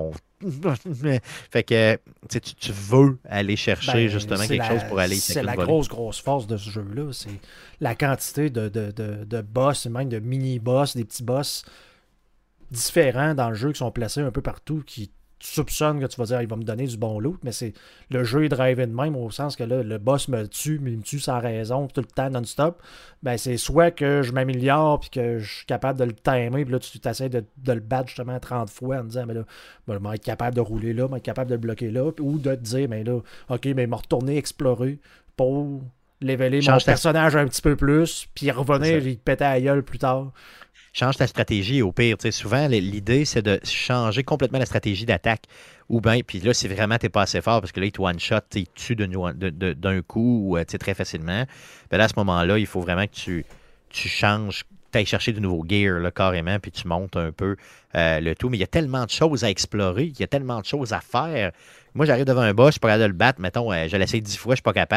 Fait que tu, tu veux aller chercher ben, justement quelque la, chose pour aller... C'est la grosse, grosse force de ce jeu-là, c'est la quantité de, de, de, de boss, même de mini-boss, des petits boss différents dans le jeu qui sont placés un peu partout, qui tu soupçonnes que tu vas dire il va me donner du bon loot, mais c'est le jeu est drivé de même au sens que là, le boss me tue, mais il me tue sans raison tout le temps non-stop. Ben c'est soit que je m'améliore puis que je suis capable de le timer, puis là tu essaies de, de le battre justement trente fois en disant mais là, ben, je vais être capable de rouler là, je vais être capable de le bloquer là, ou de te dire mais là, ok, mais me retourner explorer pour leveler mon personnage ta... un petit peu plus, puis revenir et péter à la gueule plus tard. Change ta stratégie au pire. T'sais, souvent, l'idée, c'est de changer complètement la stratégie d'attaque. Ou bien, puis là, si vraiment t'es pas assez fort, parce que là, il te one-shot, il te tue d'un, de, de, d'un coup très facilement. Ben là, à ce moment-là, il faut vraiment que tu, tu changes, tu ailles chercher du nouveau gear, là, carrément, puis tu montes un peu euh, le tout. Mais il y a tellement de choses à explorer, il y a tellement de choses à faire. Moi, j'arrive devant un boss, je suis pas capable de le battre. Mettons, euh, je l'essaye dix fois, je suis pas capable. Pff,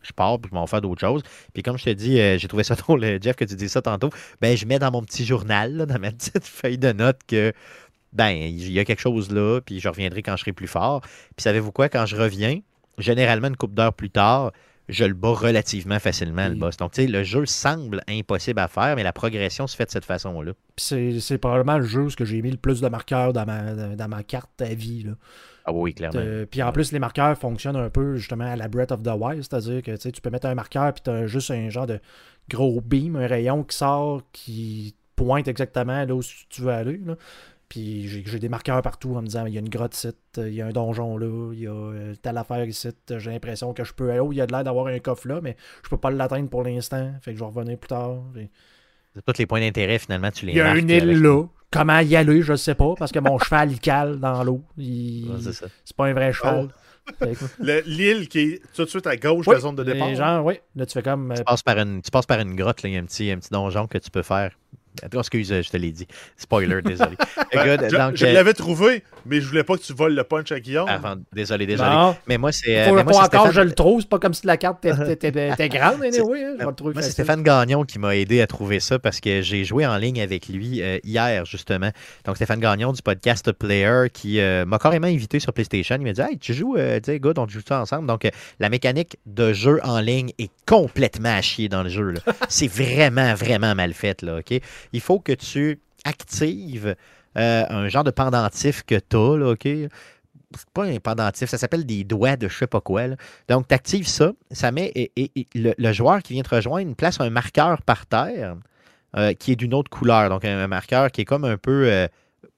je pars, puis je m'en vais faire d'autres choses. Puis comme je te dis, euh, j'ai trouvé ça drôle, Jeff, que tu dis ça tantôt, ben je mets dans mon petit journal, là, dans ma petite feuille de notes que, ben, il y a quelque chose là, puis je reviendrai quand je serai plus fort. Puis savez-vous quoi, quand je reviens, généralement une couple d'heures plus tard, je le bats relativement facilement, oui. le boss. Donc, tu sais, le jeu semble impossible à faire, mais la progression se fait de cette façon-là. Puis c'est, c'est probablement le jeu où j'ai mis le plus de marqueurs dans ma, dans ma carte à vie, là. Ah oui, clairement. Euh, puis en plus, les marqueurs fonctionnent un peu justement à la Breath of the Wild, c'est-à-dire que tu peux mettre un marqueur puis tu as juste un genre de gros beam, un rayon qui sort, qui pointe exactement là où tu veux aller. Là. Puis j'ai, j'ai des marqueurs partout en me disant il y a une grotte ici, il y a un donjon là, il y a euh, telle affaire ici, j'ai l'impression que je peux aller. Oh, il y a de l'air d'avoir un coffre là, mais je peux pas l'atteindre pour l'instant, fait que je vais revenir plus tard. Puis... Tous les points d'intérêt, finalement, tu les marques. Il y a marques une île avec... là. Comment y aller, je sais pas, parce que mon cheval, il cale dans l'eau. Il... Ouais, c'est ça. C'est pas un vrai cheval. Oh. Le, l'île qui est tout de suite à gauche oui, de la zone de départ. Genre, oui, là, tu fais comme... Tu passes par une, tu passes par une grotte, là, il y a un petit, un petit donjon que tu peux faire. Attends, excuse, je te l'ai dit. Spoiler, désolé. ben, Good, je donc, je euh... l'avais trouvé, mais je voulais pas que tu voles le punch à Guillaume. Avant, désolé, désolé. Non. Mais moi, c'est. Faut, mais moi, moi, c'est encore, Stéphane... je le trouve. C'est pas comme si la carte était grande. Anyway, hein, je vais le trouver moi, facile. c'est Stéphane Gagnon qui m'a aidé à trouver ça parce que j'ai joué en ligne avec lui euh, hier, justement. Donc, Stéphane Gagnon du podcast Player qui euh, m'a carrément invité sur PlayStation. Il m'a dit hey, tu joues, euh, tu sais, good, on joue ça ensemble. Donc, euh, la mécanique de jeu en ligne est complètement à chier dans le jeu. Là. C'est vraiment, vraiment mal fait. Là, OK? Il faut que tu active euh, un genre de pendentif que tu as, là, OK? C'est pas un pendentif, ça s'appelle des doigts de je sais pas quoi. Là. Donc, tu actives ça, ça met et, et, et le, le joueur qui vient te rejoindre place un marqueur par terre euh, qui est d'une autre couleur. Donc, un, un marqueur qui est comme un peu euh,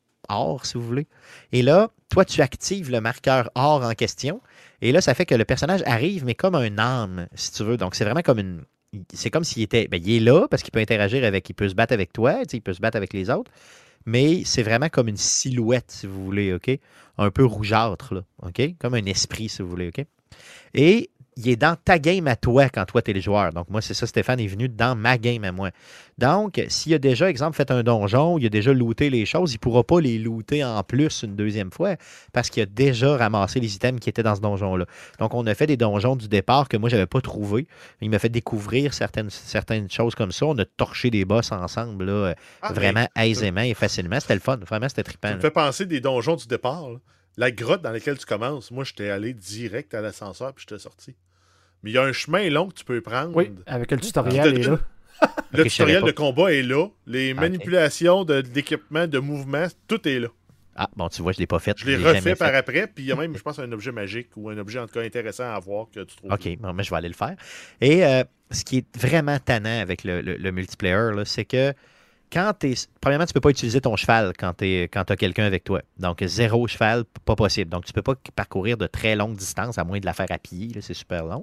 or, si vous voulez. Et là, toi, tu actives le marqueur or en question. Et là, ça fait que le personnage arrive, mais comme un âme, si tu veux. Donc, c'est vraiment comme une... C'est comme s'il était... Ben, il est là parce qu'il peut interagir avec... Il peut se battre avec toi, il peut se battre avec les autres. Mais c'est vraiment comme une silhouette, si vous voulez, OK? Un peu rougeâtre, là, OK? Comme un esprit, si vous voulez, OK? Et il est dans ta game à toi quand toi, tu es le joueur. Donc, moi, c'est ça, Stéphane est venu dans ma game à moi. Donc, s'il a déjà, exemple, fait un donjon, il a déjà looté les choses, il ne pourra pas les looter en plus une deuxième fois parce qu'il a déjà ramassé les items qui étaient dans ce donjon-là. Donc, on a fait des donjons du départ que moi, je n'avais pas trouvé. Il m'a fait découvrir certaines, certaines choses comme ça. On a torché des boss ensemble, là, ah, vraiment mais... aisément et facilement. C'était le fun. Vraiment, c'était trippant. Ça me fait penser des donjons du départ. Là. La grotte dans laquelle tu commences, moi, j'étais allé direct à l'ascenseur puis j'étais sorti. Mais il y a un chemin long que tu peux prendre. Oui, avec le tutoriel est là. Le okay, tutoriel de combat est là. Les ah, manipulations okay. de, d'équipement, de mouvement, tout est là. Ah, bon, tu vois, je ne l'ai pas fait. Je l'ai refait par fait. après. Puis il y a même, je pense, un objet magique ou un objet, en tout cas, intéressant à voir que tu trouves. OK, bon, mais je vais aller le faire. Et euh, ce qui est vraiment tannant avec le, le, le multiplayer, là, c'est que quand tu es... Premièrement, tu ne peux pas utiliser ton cheval quand tu as quelqu'un avec toi. Donc, zéro cheval, pas possible. Donc, tu ne peux pas parcourir de très longues distances, à moins de la faire à pied. Là, c'est super long.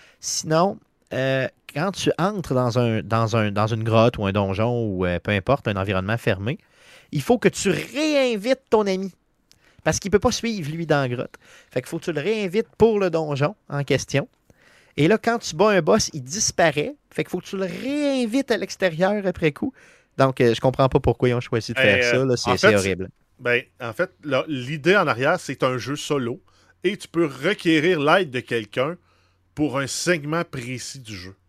Sinon, euh, quand tu entres dans, un, dans, un, dans une grotte ou un donjon ou euh, peu importe, un environnement fermé, il faut que tu réinvites ton ami. Parce qu'il ne peut pas suivre, lui, dans la grotte. Fait qu'il faut que tu le réinvites pour le donjon en question. Et là, quand tu bats un boss, il disparaît. Fait qu'il faut que tu le réinvites à l'extérieur après coup. Donc, euh, je comprends pas pourquoi ils ont choisi de faire euh, ça. Là. C'est, fait, c'est horrible. Ben, en fait, là, l'idée en arrière, c'est un jeu solo. Et tu peux requérir l'aide de quelqu'un pour un segment précis du jeu.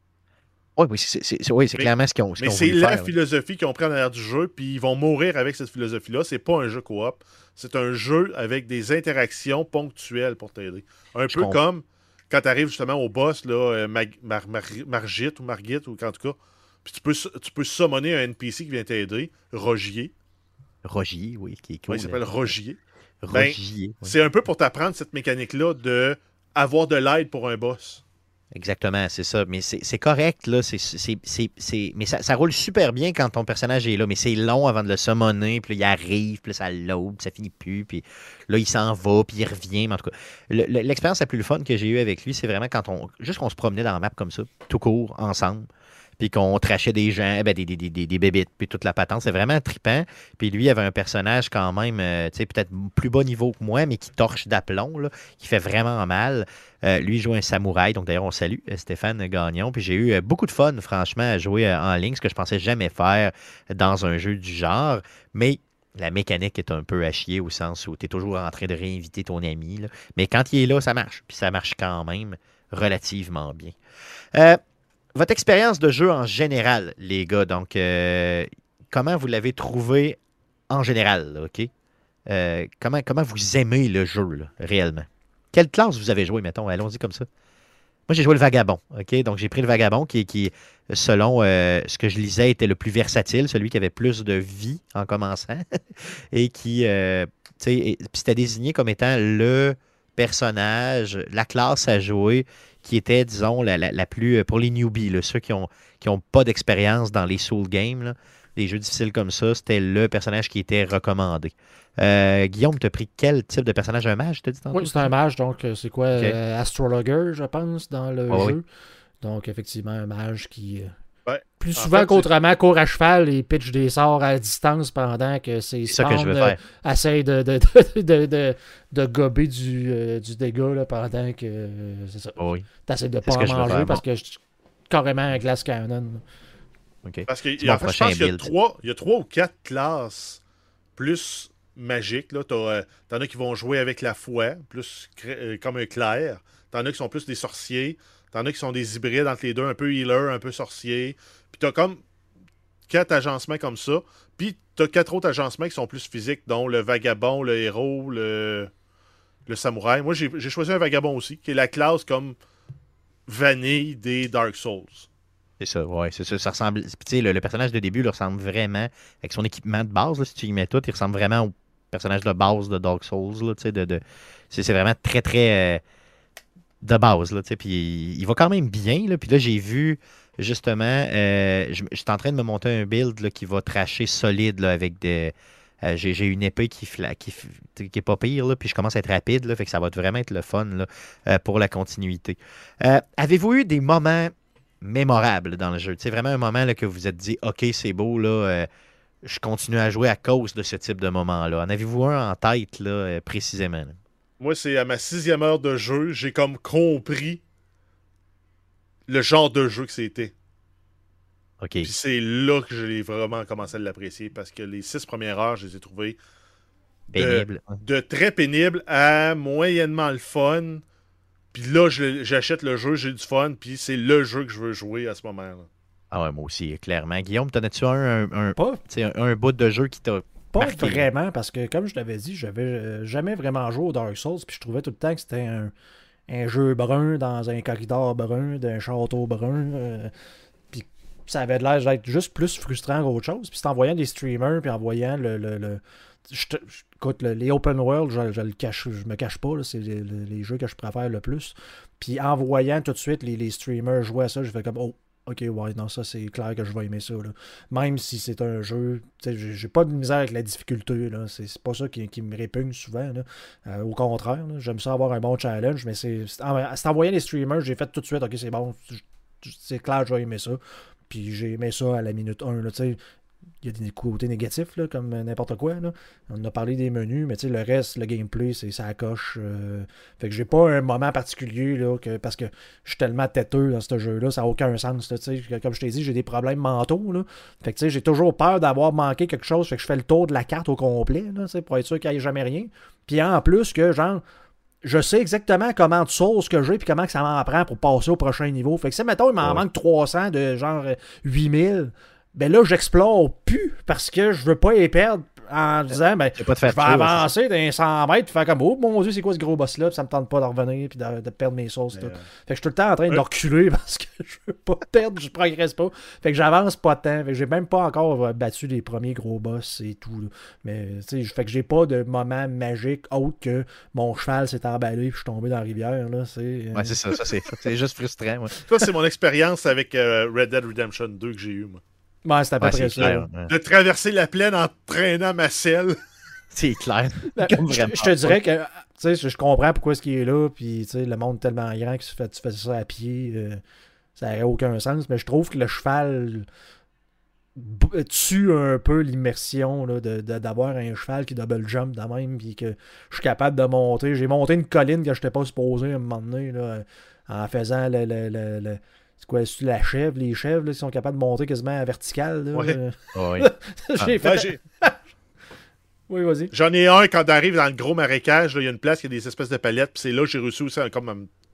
Oui, oui, c'est, c'est, oui, c'est mais, clairement ce qu'ils ont, ce mais qu'ils ont c'est voulu la faire, philosophie ouais. qu'ils ont pris en arrière du jeu, puis ils vont mourir avec cette philosophie-là. C'est pas un jeu coop. C'est un jeu avec des interactions ponctuelles pour t'aider. Un Je peu comprends. Comme quand tu arrives justement au boss, là, Mag, Mar, Mar, Margit ou Margit, ou en tout cas, puis tu peux, tu peux summoner un N P C qui vient t'aider, Rogier. Rogier, oui, qui est cool. Oui, il s'appelle Rogier. Rogier. Ben, oui. C'est un peu pour t'apprendre cette mécanique-là de avoir de l'aide pour un boss. Exactement, c'est ça. Mais c'est, c'est correct, là. C'est, c'est, c'est, c'est... Mais ça, ça roule super bien quand ton personnage est là. Mais c'est long avant de le summoner. Puis là, il arrive, puis là, ça load, puis ça finit plus. Puis là, il s'en va, puis il revient. Mais en tout cas, le, le, l'expérience la plus fun que j'ai eue avec lui, c'est vraiment quand on... Juste qu'on se promenait dans la map comme ça, tout court, ensemble. Puis qu'on trachait des gens, ben des, des, des, des bébites, puis toute la patente. C'est vraiment trippant. Puis lui, il avait un personnage quand même, euh, tu sais, peut-être plus bas niveau que moi, mais qui torche d'aplomb, là, qui fait vraiment mal. Euh, lui, il joue un samouraï. Donc d'ailleurs, on salue Stéphane Gagnon. Puis j'ai eu beaucoup de fun, franchement, à jouer en ligne, ce que je pensais jamais faire dans un jeu du genre. Mais la mécanique est un peu à chier au sens où tu es toujours en train de réinviter ton ami. Là. Mais quand il est là, ça marche. Puis ça marche quand même relativement bien. Euh, votre expérience de jeu en général, les gars, donc euh, comment vous l'avez trouvé en général, là, OK? Euh, comment, comment vous aimez le jeu, là, réellement? Quelle classe vous avez joué, mettons? Allons-y comme ça. Moi, j'ai joué le Vagabond, OK? Donc, j'ai pris le Vagabond qui, qui selon euh, ce que je lisais, était le plus versatile, celui qui avait plus de vie en commençant et qui, euh, tu sais, c'était désigné comme étant le personnage, la classe à jouer qui était, disons, la, la, la plus, pour les newbies, là, ceux qui n'ont qui ont pas d'expérience dans les soul games, là, les jeux difficiles comme ça, c'était le personnage qui était recommandé. Euh, Guillaume, tu as pris quel type de personnage? Un mage, tu as dit tantôt? Oui, c'est un mage, donc c'est quoi? Okay. Euh, Astrologer, je pense, dans le oh, jeu. Oui. Donc, effectivement, un mage qui, euh, ouais. plus En souvent fait, qu'autrement, court à cheval et pitch des sorts à distance pendant que ses C'est ça que je veux spawns, faire. euh, essayent de, de, de, de, de, de gober du, euh, du dégât là, pendant que euh, c'est ça. Oh, oui. T'essaies de C'est pas ce en que je veux manger faire, parce que je suis carrément un glass cannon. OK. Parce que C'est mon en fait, je prochain pense qu'il y a build. trois, il y a trois ou quatre classes plus magiques. Là. T'as, euh, t'en as qui vont jouer avec la foi, plus cré- euh, comme un clerc. T'en as qui sont plus des sorciers. T'en as qui sont des hybrides entre les deux, un peu healer, un peu sorcier. Puis t'as comme quatre agencements comme ça. Puis t'as quatre autres agencements qui sont plus physiques, dont le vagabond, le héros, le, le samouraï. Moi, j'ai, j'ai choisi un vagabond aussi, qui est la classe comme vanille des Dark Souls. C'est ça, ouais, c'est ça. Ça ressemble. Tu sais, le, le personnage de début il ressemble vraiment, avec son équipement de base, là, si tu y mets tout, il ressemble vraiment au personnage de base de Dark Souls. Là, tu sais, de, de, c'est, c'est vraiment très, très euh, de base. Là, tu sais, puis il, il va quand même bien. Là, puis là, j'ai vu, justement, euh, je, je suis en train de me monter un build là, qui va tracher solide là, avec des. Euh, j'ai, j'ai une épée qui, fla, qui, qui est pas pire, là, puis je commence à être rapide, là, fait que ça va vraiment être le fun là, euh, pour la continuité. Euh, avez-vous eu des moments mémorables dans le jeu? C'est vraiment un moment là, que vous vous êtes dit « Ok, c'est beau, là, euh, je continue à jouer à cause de ce type de moment-là. » En avez-vous un en tête, là, euh, précisément? Là? Moi, c'est à ma sixième heure de jeu, j'ai comme compris le genre de jeu que c'était. OK. Puis c'est là que j'ai vraiment commencé à l'apprécier, parce que les six premières heures, je les ai trouvées de, Pénible. de très pénibles à moyennement le fun. Puis là, je, j'achète le jeu, j'ai du fun, puis c'est le jeu que je veux jouer à ce moment-là. Ah ouais, moi aussi, clairement. Guillaume, t'en as-tu un, un, un, Pas, un, un bout de jeu qui t'a pas marqué? vraiment, parce que comme je t'avais dit, j'avais euh, jamais vraiment joué au Dark Souls, puis je trouvais tout le temps que c'était un, un jeu brun dans un corridor brun, d'un château brun. Euh, puis ça avait l'air d'être juste plus frustrant qu'autre chose. Puis c'est en voyant des streamers, puis en voyant le... le, le je te, je, écoute, le, les open world, je, je le cache, je me cache pas, là, c'est les, les jeux que je préfère le plus. Puis en voyant tout de suite les, les streamers jouer à ça, je fais comme oh, ok, ouais, non, ça c'est clair que je vais aimer ça. Là. Même si c'est un jeu, j'ai, j'ai pas de misère avec la difficulté, là. C'est, c'est pas ça qui, qui me répugne souvent. Là. Euh, au contraire, là, j'aime ça avoir un bon challenge, mais c'est, c'est, en, c'est en voyant les streamers, j'ai fait tout de suite, ok, c'est bon, c'est clair, je vais aimer ça. Puis j'ai aimé ça à la minute un, là, tu sais. Il y a des côtés négatifs, là, comme n'importe quoi. Là. On a parlé des menus, mais le reste, le gameplay, c'est ça coche. Euh... Fait que j'ai pas un moment particulier là, que, parce que je suis tellement têteux dans ce jeu-là, ça n'a aucun sens. Là, comme je t'ai dit, j'ai des problèmes mentaux. Là. Fait que j'ai toujours peur d'avoir manqué quelque chose. Fait que je fais le tour de la carte au complet là, pour être sûr qu'il n'y ait jamais rien. Puis en plus que genre. Je sais exactement comment de sources que j'ai puis comment que ça m'en prend pour passer au prochain niveau. Fait que si, mettons, il m'en ouais. manque trois cents de genre huit mille, ben là, j'explore plus parce que je veux pas les perdre en disant, ben, pas je vais avancer d'un cent mètres et faire comme, oh mon Dieu, c'est quoi ce gros boss-là? Puis ça me tente pas de revenir puis de, de perdre mes sources. Tout. Euh... Fait que je suis tout le temps en train de reculer parce que je veux pas perdre, je progresse pas. Fait que j'avance pas de temps. Fait que j'ai même pas encore battu les premiers gros boss et tout. Là. Mais, tu sais, fait que j'ai pas de moment magique autre que mon cheval s'est emballé puis je suis tombé dans la rivière. Là. C'est, euh... Ouais, c'est ça. ça c'est, c'est juste frustrant. Ouais. Ça, c'est mon expérience avec euh, Red Dead Redemption deux que j'ai eu, moi. Ouais, c'est à peu ouais, près c'est clair, ça. ouais. De traverser la plaine en traînant ma selle. C'est clair. Ben, je, je te dirais que tu sais, je comprends pourquoi est-ce qu'il est là, puis le monde est tellement grand que tu fais, tu fais ça à pied, euh, ça n'aurait aucun sens, mais je trouve que le cheval tue un peu l'immersion là, de, de, d'avoir un cheval qui double jump de même, puis que je suis capable de monter. J'ai monté une colline que je n'étais pas supposé à un moment donné, là, en faisant le... le, le, le c'est quoi, c'est la chèvre, les chèvres, là, ils sont capables de monter quasiment à vertical. Là. Ouais. Oui. j'ai ah, fait... ouais, j'ai... oui, vas-y. J'en ai un quand t'arrives dans le gros marécage, il y a une place, il y a des espèces de palettes, puis c'est là que j'ai réussi aussi à, comme, à me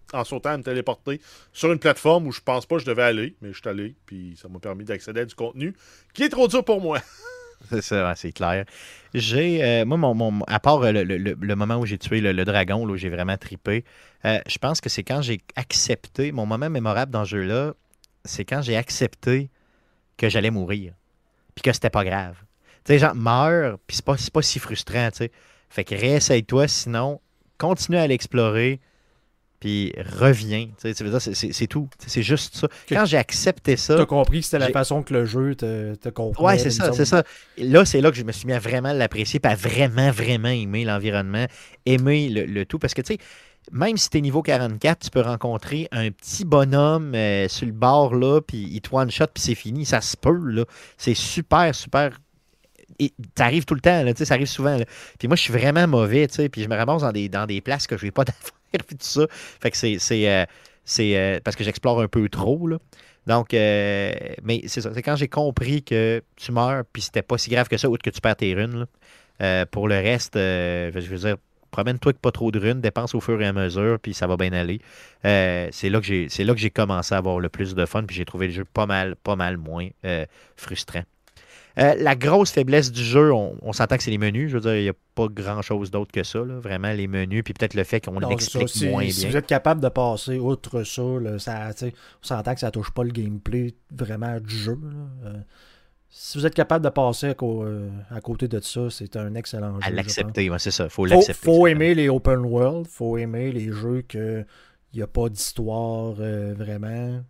en sautant à me téléporter sur une plateforme où je pense pas que je devais aller, mais je suis allé, puis ça m'a permis d'accéder à du contenu qui est trop dur pour moi. C'est ça, ouais, c'est clair. J'ai, euh, moi, mon, mon, à part le, le, le, le moment où j'ai tué le, le dragon, là, où j'ai vraiment trippé, euh, je pense que c'est quand j'ai accepté, mon moment mémorable dans ce jeu-là, c'est quand j'ai accepté que j'allais mourir, puis que c'était pas grave. Tu sais, genre, meurs, puis c'est pas, c'est pas si frustrant, tu sais. Fait que réessaye-toi, sinon, continue à l'explorer, puis reviens. Tu sais, c'est, c'est, c'est tout. C'est juste ça. Okay. Quand j'ai accepté ça... Tu as compris que c'était la j'ai... façon que le jeu te, te comprenait. Ouais, c'est ça, c'est ça. Et là, c'est là que je me suis mis à vraiment l'apprécier, puis à vraiment, vraiment aimer l'environnement, aimer le, le tout. Parce que, tu sais, même si t'es niveau quarante-quatre, tu peux rencontrer un petit bonhomme euh, sur le bord, là, puis il te one-shot, puis c'est fini. Ça se peut, là. C'est super, super... Et ça arrive tout le temps, là, ça arrive souvent. Là. Puis moi, je suis vraiment mauvais, puis je me ramasse dans des, dans des places que je n'ai pas d'affaires, puis tout ça. Fait que c'est, c'est, euh, c'est euh, parce que j'explore un peu trop, là. Donc, euh, mais c'est ça, c'est quand j'ai compris que tu meurs, puis c'était pas si grave que ça, outre que tu perds tes runes, là. Euh, pour le reste, euh, je veux dire, promène-toi avec pas trop de runes, dépense au fur et à mesure, puis ça va bien aller. Euh, c'est là que j'ai, c'est là que j'ai commencé à avoir le plus de fun, puis j'ai trouvé le jeu pas mal, pas mal moins euh, frustrant. Euh, la grosse faiblesse du jeu, on, on s'entend que c'est les menus. Je veux dire, il n'y a pas grand-chose d'autre que ça. Là. Vraiment, les menus, puis peut-être le fait qu'on non, l'explique si, moins si bien. vous êtes capable de passer outre ça, là, ça on s'entend que ça ne touche pas le gameplay vraiment du jeu. Euh, si vous êtes capable de passer à, co- euh, à côté de ça, c'est un excellent jeu. À l'accepter, ouais, c'est ça. Il faut faut l'accepter. faut aimer les open world, il faut aimer les jeux qu'il n'y a pas d'histoire euh, vraiment.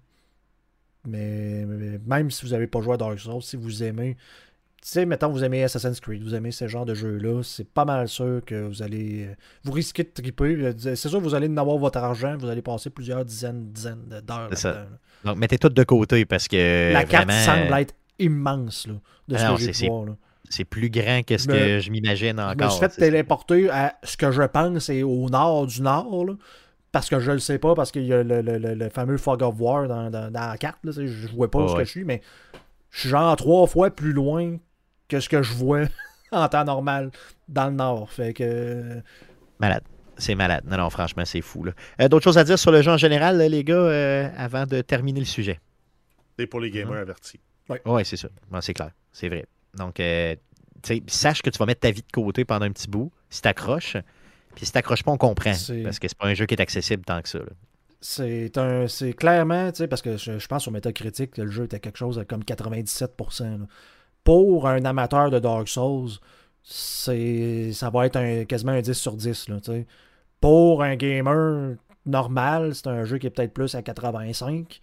Mais, mais même si vous n'avez pas joué à Dark Souls, si vous aimez, tu sais, mettons, vous aimez Assassin's Creed, vous aimez ce genre de jeu-là, c'est pas mal sûr que vous allez, vous risquez de triper. C'est sûr que vous allez en avoir votre argent, vous allez passer plusieurs dizaines, dizaines d'heures c'est là-dedans. Ça. Donc, mettez tout de côté parce que la carte vraiment... semble être immense, là, de ce non, que j'ai c'est, pu voir. Là. C'est plus grand que ce me, que je m'imagine encore. Je me suis fait téléporter à ce que je pense est au nord du nord, là. Parce que je le sais pas, parce qu'il y a le, le, le, le fameux Fog of War dans, dans, dans la carte. Là, je vois pas oh, où ouais. ce que je suis, mais je suis genre trois fois plus loin que ce que je vois en temps normal dans le nord. Fait que... Malade. C'est malade. Non, non, franchement, c'est fou. Là. Euh, d'autres choses à dire sur le jeu en général, là, les gars, euh, avant de terminer le sujet? C'est pour les gamers mmh. avertis. Oui, ouais, c'est ça. Bon, c'est clair. C'est vrai. Donc, euh, sache que tu vas mettre ta vie de côté pendant un petit bout, si t'accroches. Puis si t'accroches pas, on comprend. C'est... Parce que c'est pas un jeu qui est accessible tant que ça. Là. C'est un. C'est clairement, tu sais, parce que je, je pense au Metacritic que le jeu était quelque chose comme quatre-vingt-dix-sept pour cent. Là. Pour un amateur de Dark Souls, c'est. Ça va être un, quasiment un dix sur dix. Là, tu sais. Pour un gamer normal, c'est un jeu qui est peut-être plus à quatre-vingt-cinq.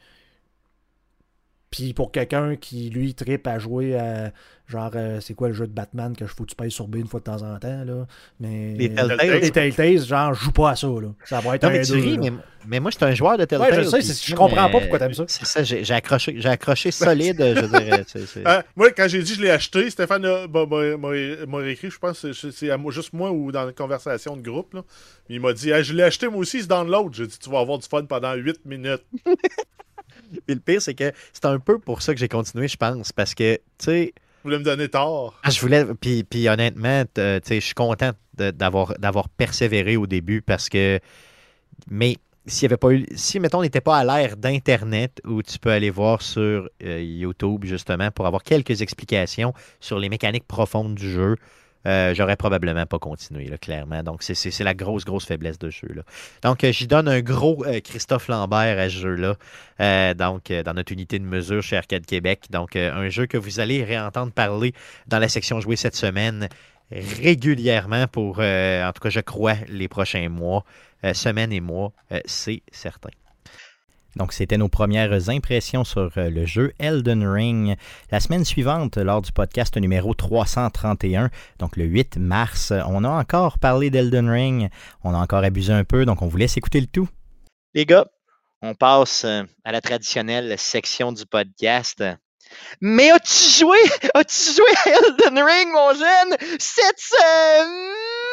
Puis pour quelqu'un qui, lui, trippe à jouer à, genre, euh, c'est quoi le jeu de Batman que je faut que tu payes sur B une fois de temps en temps, là. Mais les Telltale, les Telltale, genre, je joue pas à ça, là. Ça va être non, un mais tu deux, ris, mais, mais moi, je suis un joueur de Telltale. Ouais, je sais, c'est, je comprends pas pourquoi t'aimes ça. C'est ça, j'ai, j'ai accroché, j'ai accroché solide, je veux dire. C'est, c'est... Euh, moi, quand j'ai dit que je l'ai acheté, Stéphane a, m'a, m'a, m'a écrit, je pense que c'est, c'est à moi, juste moi ou dans une conversation de groupe, là. Il m'a dit, ah, je l'ai acheté moi aussi, c'est download. J'ai dit, tu vas avoir du fun pendant huit minutes. Puis le pire, c'est que c'est un peu pour ça que j'ai continué, je pense. Parce que, tu sais. Vous voulez me donner tort. Je voulais. Puis, puis honnêtement, tu sais, je suis content de, d'avoir, d'avoir persévéré au début parce que. Mais s'il n'y avait pas eu. Si, mettons, on n'était pas à l'ère d'Internet où tu peux aller voir sur euh, YouTube, justement, pour avoir quelques explications sur les mécaniques profondes du jeu. Euh, j'aurais probablement pas continué, là, clairement. Donc, c'est, c'est, c'est la grosse, grosse faiblesse de ce jeu-là. Donc, euh, j'y donne un gros euh, Christophe Lambert à ce jeu-là. Euh, donc, euh, dans notre unité de mesure chez Arcade Québec. Donc, euh, un jeu que vous allez réentendre parler dans la section jouée cette semaine régulièrement pour, euh, en tout cas, je crois, les prochains mois, euh, semaines et mois, euh, c'est certain. Donc, c'était nos premières impressions sur le jeu Elden Ring. La semaine suivante, lors du podcast numéro trois cent trente et un, donc le huit mars, on a encore parlé d'Elden Ring. On a encore abusé un peu, donc on vous laisse écouter le tout. Les gars, on passe à la traditionnelle section du podcast. Mais as-tu joué, as-tu joué à Elden Ring, mon jeune, cette semaine?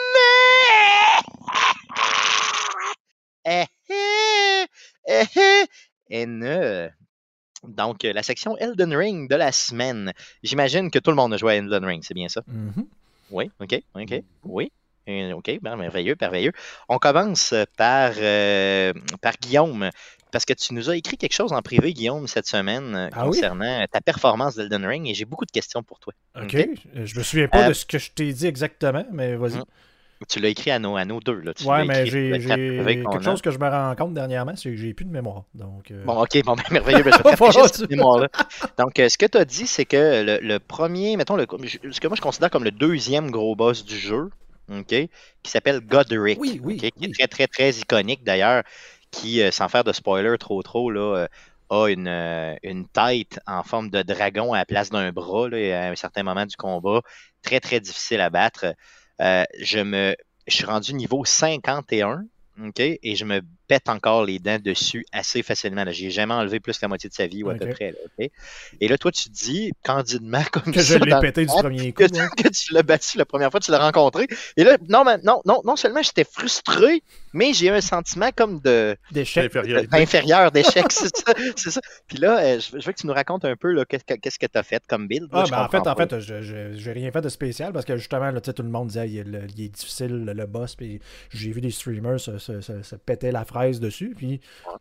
Eh, eh, eh, eh, et ne. Donc, la section Elden Ring de la semaine. J'imagine que tout le monde a joué à Elden Ring, c'est bien ça? Mm-hmm. Oui, ok, ok, oui. OK, ben, merveilleux, merveilleux. On commence par, euh, par Guillaume, parce que tu nous as écrit quelque chose en privé, Guillaume, cette semaine, Ah concernant oui? ta performance d'Elden Ring, et j'ai beaucoup de questions pour toi. OK. Okay? Je me souviens pas euh, de ce que je t'ai dit exactement, mais vas-y. Tu l'as écrit à nos, à nos deux. Là. Tu ouais, mais j'ai quelque chose que je me rends compte dernièrement, c'est que j'ai plus de mémoire. Donc, euh... Bon, OK, bon, ben, merveilleux. Ben, je vais te rafraîchir cette mémoire-là. Donc, euh, ce que tu as dit, c'est que le, le premier, mettons, le, ce que moi je considère comme le deuxième gros boss du jeu, OK, qui s'appelle Godric, oui, oui, okay, oui. qui est très, très, très iconique d'ailleurs, qui, euh, sans faire de spoiler trop, trop, là, euh, a une, euh, une tête en forme de dragon à la place d'un bras là, à un certain moment du combat. Très, très difficile à battre. Euh, je me, je suis rendu niveau cinquante et un, OK, et je me pète encore les dents dessus assez facilement. J'ai jamais enlevé plus que la moitié de sa vie, ou à okay. peu près. Là, okay? Et là, toi, tu te dis candidement comme que ça. Que je l'ai pété du premier coup. Que, ouais. que tu l'as battu la première fois que tu l'as rencontré. Et là, non, mais, non, non, non seulement j'étais frustré, mais j'ai eu un sentiment comme de. D'échec. Inférieur, d'échec, c'est ça, c'est ça. Puis là, euh, je, je veux que tu nous racontes un peu là, qu'est-ce que tu as fait comme build. Là, ah, ben en fait, en fait, je j'ai rien fait de spécial parce que justement, là, tout le monde disait il, il, il est difficile le, le boss. Puis j'ai vu des streamers se, se, se, se péter la fraise dessus. Puis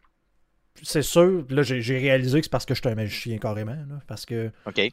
c'est sûr, là, j'ai, j'ai réalisé que c'est parce que je suis un magicien carrément. Là, parce que okay.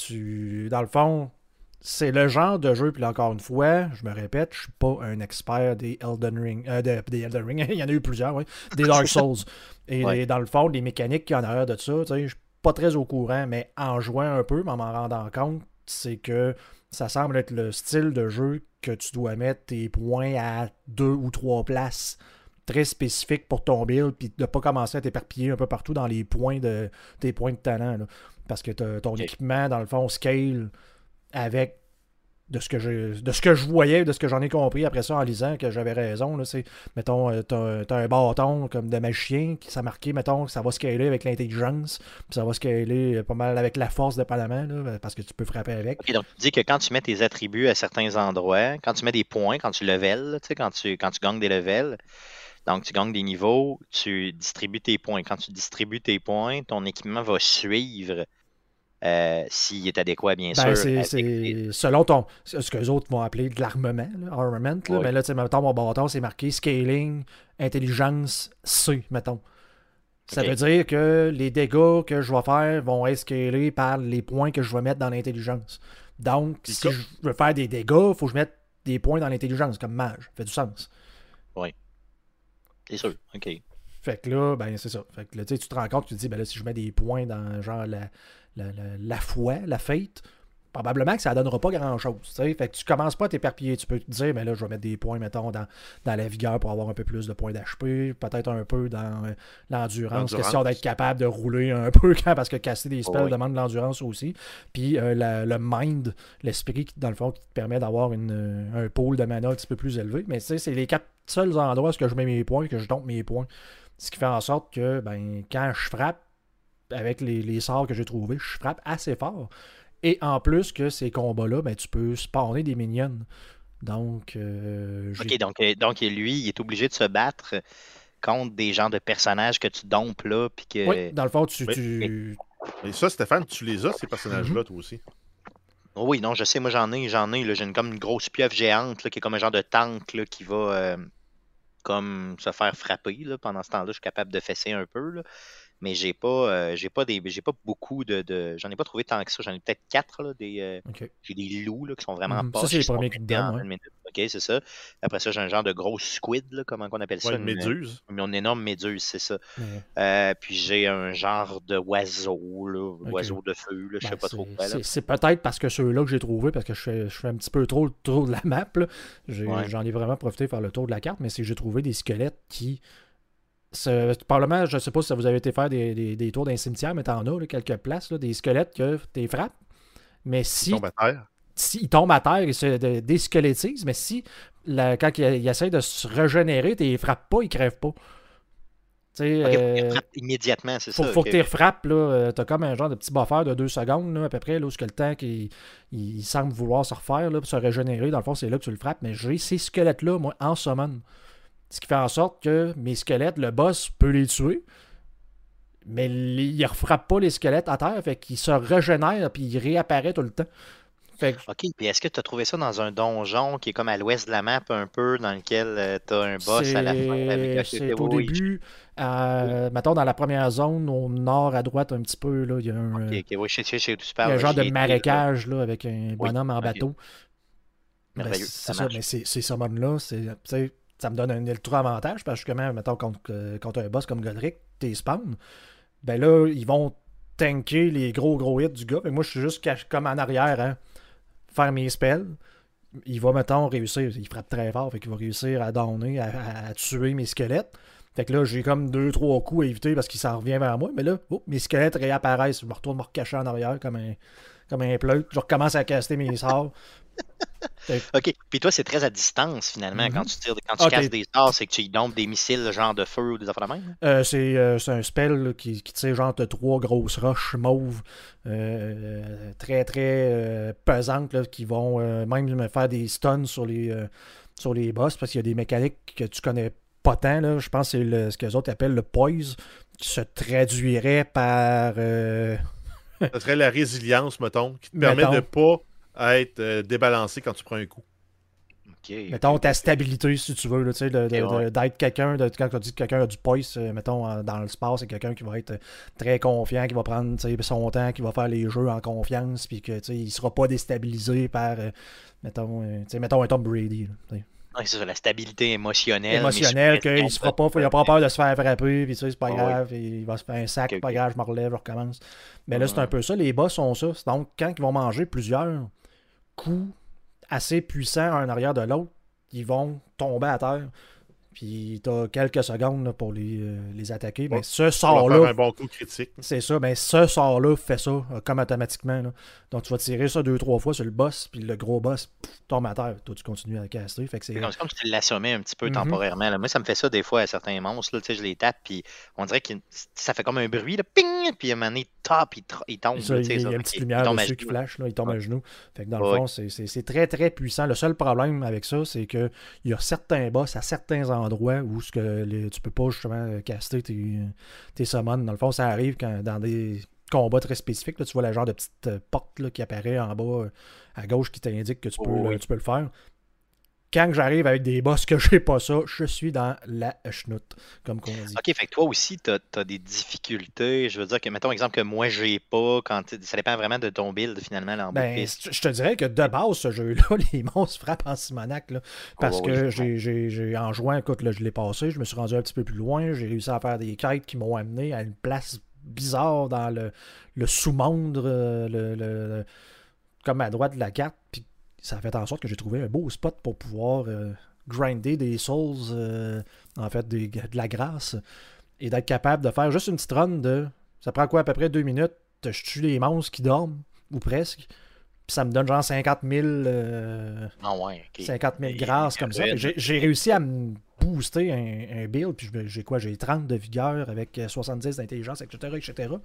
tu, dans le fond, c'est le genre de jeu, puis là, encore une fois, je me répète, je suis pas un expert des Elden Ring, euh, de, des Elden Ring, il y en a eu plusieurs, oui, des Dark Souls. Et ouais. les, dans le fond, les mécaniques qu'il y en a arrière de ça, tu sais, je suis pas très au courant, mais en jouant un peu, en m'en rendant compte, c'est que ça semble être le style de jeu que tu dois mettre tes points à deux ou trois places très spécifiques pour ton build, puis de pas commencer à t'éparpiller un peu partout dans les points de tes points de talent, là. Parce que ton okay. équipement, dans le fond, scale avec de ce que je de ce que je voyais, de ce que j'en ai compris après ça en lisant que j'avais raison. Là, c'est, mettons, t'as, t'as un bâton comme de magicien qui ça marqué, mettons, que ça va scaler avec l'intelligence, puis ça va scaler pas mal avec la force dépendamment, là, parce que tu peux frapper avec. Okay, donc tu dis que quand tu mets tes attributs à certains endroits, quand tu mets des points, quand tu levels, tu sais, quand tu quand tu gagnes des levels, donc tu gagnes des niveaux, tu distribues tes points. Quand tu distribues tes points, ton équipement va suivre. Euh, s'il est adéquat, bien ben, sûr. C'est, c'est les... selon ton, ce que les autres vont appeler de l'armement, là, armament, là, oui. mais là, tu sais, mettons, mon bâton, c'est marqué scaling, intelligence C, mettons. Ça okay. veut dire que les dégâts que je vais faire vont être scalés par les points que je vais mettre dans l'intelligence. Donc, si ça. je veux faire des dégâts, il faut que je mette des points dans l'intelligence, comme mage. Ça fait du sens. Oui. C'est sûr, OK. Fait que là, ben c'est ça. Fait que là, tu te rends compte, tu te dis, ben là, si je mets des points dans genre la, la, la, la foi, la fate, probablement que ça ne donnera pas grand-chose. T'sais. Fait que tu commences pas à t'éparpiller. Tu peux te dire, mais là, je vais mettre des points, mettons, dans, dans la vigueur pour avoir un peu plus de points d'H P, peut-être un peu dans euh, l'endurance, l'endurance, question d'être capable de rouler un peu, quand, parce que casser des spells oh, oui. demande de l'endurance aussi. Puis euh, la, le mind, l'esprit, qui, dans le fond, qui te permet d'avoir une, un pôle de mana un petit peu plus élevé. Mais tu sais, c'est les quatre seuls endroits où je mets mes points, que je dompe mes points. Ce qui fait en sorte que, ben, quand je frappe, avec les, les sorts que j'ai trouvés, je frappe assez fort. Et en plus que ces combats-là, ben, tu peux spawner des minions. Donc, euh, OK, donc, donc lui, il est obligé de se battre contre des genres de personnages que tu dompes là. Puis que... Oui, dans le fond, tu... Oui. tu... Et ça, Stéphane, tu les as, ces personnages-là, mm-hmm. toi aussi? Oh oui, non, je sais, moi j'en ai, j'en ai. Là, j'ai une, comme une grosse pieuvre géante là, qui est comme un genre de tank là, qui va... Euh... comme se faire frapper. Là. Pendant ce temps-là, je suis capable de fesser un peu. Là. Mais j'ai pas euh, j'ai pas des j'ai pas beaucoup de, de. J'en ai pas trouvé tant que ça. J'en ai peut-être quatre. Là, des, euh, okay. J'ai des loups là, qui sont vraiment mmh, poches. Ça, c'est les premiers qui te donnent. Ouais. OK, c'est ça. Après ça, j'ai un genre de grosse squid, là, comment on appelle ça? Ouais, une méduse. Une, une énorme méduse, c'est ça. Mmh. Euh, puis j'ai un genre de oiseau, là, okay. oiseau de feu, là, je ben, sais pas c'est, trop quoi. Là. C'est, c'est peut-être parce que ceux-là que j'ai trouvé, parce que je fais, je fais un petit peu trop le tour de la map. Là. J'ai, ouais. J'en ai vraiment profité de faire le tour de la carte, mais c'est que j'ai trouvé des squelettes qui. C'est, probablement, je ne sais pas si ça vous avez été faire des, des, des tours d'un cimetière, mais t'en as là, quelques places, là, des squelettes que tu frappes. Mais si. Ils tombent à terre. Si, ils tombent à terre, ils se désquelettisent, mais si, la, quand ils, ils essayent de se régénérer, tu les frappes pas, ils crèvent pas. Okay, euh, immédiatement, c'est faut, ça. Faut okay. que tu les refrappes, là. T'as comme un genre de petit buffer de deux secondes, là, à peu près, là, où que le temps qu'il il semble vouloir se refaire, là, pour se régénérer. Dans le fond, c'est là que tu le frappes. Mais j'ai ces squelettes-là, moi, en summon. Ce qui fait en sorte que mes squelettes, le boss peut les tuer, mais les, il ne refrappe pas les squelettes à terre, fait qu'ils se régénèrent puis ils réapparaissent tout le temps. Fait que OK, puis est-ce que tu as trouvé ça dans un donjon qui est comme à l'ouest de la map un peu, dans lequel tu as un boss à la fin avec... c'est OK, c'est OK, au oui, oui, début, euh, mettons dans la première zone, au nord à droite un petit peu, là, il y a un, OK, euh, OK, oui, je sais, je sais, je sais où tu il y a parles, un là, genre j'y de ai été, là. marécage là, avec un Oui, bonhomme en OK, bateau. Ben, merveilleux, c'est ça ça, marche. mais ces, ces summons-là, c'est, tu sais, ça me donne un ultra avantage parce que justement, mettons, contre, euh, contre un boss comme Godric, t'es spawn, ben là, ils vont tanker les gros gros hits du gars. Et moi, je suis juste caché comme en arrière, hein, faire mes spells. Il va, mettons, réussir. Il frappe très fort, fait qu'il va réussir à donner, à, à- à tuer mes squelettes. Fait que là, j'ai comme deux, trois coups à éviter parce qu'il s'en revient vers moi. Mais là, oh, mes squelettes réapparaissent. Je me retourne me recacher en arrière comme un, comme un pleutre. Je recommence à caster mes sorts. OK, puis toi, c'est très à distance, finalement, quand Mhm. tu tires, quand tu Ok. casses des sorts, c'est que tu y dompes des missiles, genre de feu ou des affaires de même? Euh, c'est euh, c'est un spell là, qui, qui tire genre de trois grosses roches mauves euh, très très euh, pesantes là, qui vont euh, même me faire des stuns sur les, euh, sur les boss parce qu'il y a des mécaniques que tu connais pas tant. Là. Je pense que c'est le- ce que les autres appellent le poise qui se traduirait par euh, Ça serait la résilience, mettons, qui te permet Mettons. de pas être euh, débalancé quand tu prends un coup. OK. mettons OK, ta OK. stabilité si tu veux là, tu sais, de- de- Ok, ouais. de- d'être quelqu'un de, quand tu dis que quelqu'un a du poise euh, mettons en- dans le sport c'est quelqu'un qui va être euh, très confiant qui va prendre tu sais, son temps qui va faire les jeux en confiance puis que tu sais, il sera pas déstabilisé par euh, mettons euh, tu sais, mettons un Tom Brady là, tu sais. Ouais, c'est ça, la stabilité émotionnelle. émotionnel mais qu'il se fera pas il a pas peur de se faire frapper puis tu sais c'est pas Ah ouais. grave il va se faire un sac Ok, pas ok. grave je me relève je recommence mais là c'est un Mhm. peu ça les boss sont ça donc quand ils vont manger plusieurs coups assez puissants un en arrière de l'autre ils vont tomber à terre puis t'as quelques secondes là, pour les, euh, les attaquer mais Ouais. ce On va sort-là faire un bon coup critique. c'est ça, ben ce sort-là fait ça euh, comme automatiquement. Là. Donc tu vas tirer ça deux, trois fois sur le boss, puis le gros boss pff, tombe à terre. Toi, tu continues à caster. Fait que c'est. C'est comme, c'est comme si tu l'assommais un petit peu Mhm. temporairement. Là. Moi, ça me fait ça des fois à certains monstres. Là, tu sais, je les tape, puis on dirait que ça fait comme un bruit, là, ping! Puis à un moment donné, top, il, tr- il tombe. Ça, là, il tu y a sais, il y a ça, une fait petite qu'il- lumière il tombe à dessus qui genoux. flash, là, il tombe Ouais. à genoux. Fait que dans le Ouais. fond, c'est- c'est c'est très très puissant. Le seul problème avec ça, c'est que il y a certains boss à certains endroits où ce que les- tu peux pas justement caster tes, tes summons. Dans le fond, ça arrive quand dans des combats très spécifiques. Là, tu vois la genre de petite euh, porte là, qui apparaît en bas euh, à gauche qui t'indique que tu peux, Oh, le- oui. tu peux le faire. Quand j'arrive avec des boss que j'ai pas ça, je suis dans la chenoute, comme qu'on dit. OK, fait que toi aussi, tu as des difficultés. Je veux dire que, mettons, exemple que moi, j'ai pas, quand tu- ça dépend vraiment de ton build, finalement, là, en bout de Ben, piste. je te dirais que de base, ce jeu-là, les monstres frappent en Simonac, là, parce Oh, que oui. j'ai, j'ai, j'ai- en jouant, écoute, là, je l'ai passé, je me suis rendu un petit peu plus loin, j'ai réussi à faire des quêtes qui m'ont amené à une place bizarre dans le, le sous-monde, euh, le, le- le- comme à droite de la carte, puis ça a fait en sorte que j'ai trouvé un beau spot pour pouvoir euh, grinder des souls, euh, en fait, des- de la grâce, et d'être capable de faire juste une petite run de... Ça prend quoi, à peu près deux minutes, je tue les monstres qui dorment, ou presque, puis ça me donne genre cinquante mille, euh, Ah ouais, OK. cinquante mille Et- grâces comme ça. et- Fait que J'ai, j'ai réussi à me booster un, un build, puis je- j'ai quoi, j'ai trente de vigueur avec euh, soixante-dix d'intelligence, et cetera, et cetera.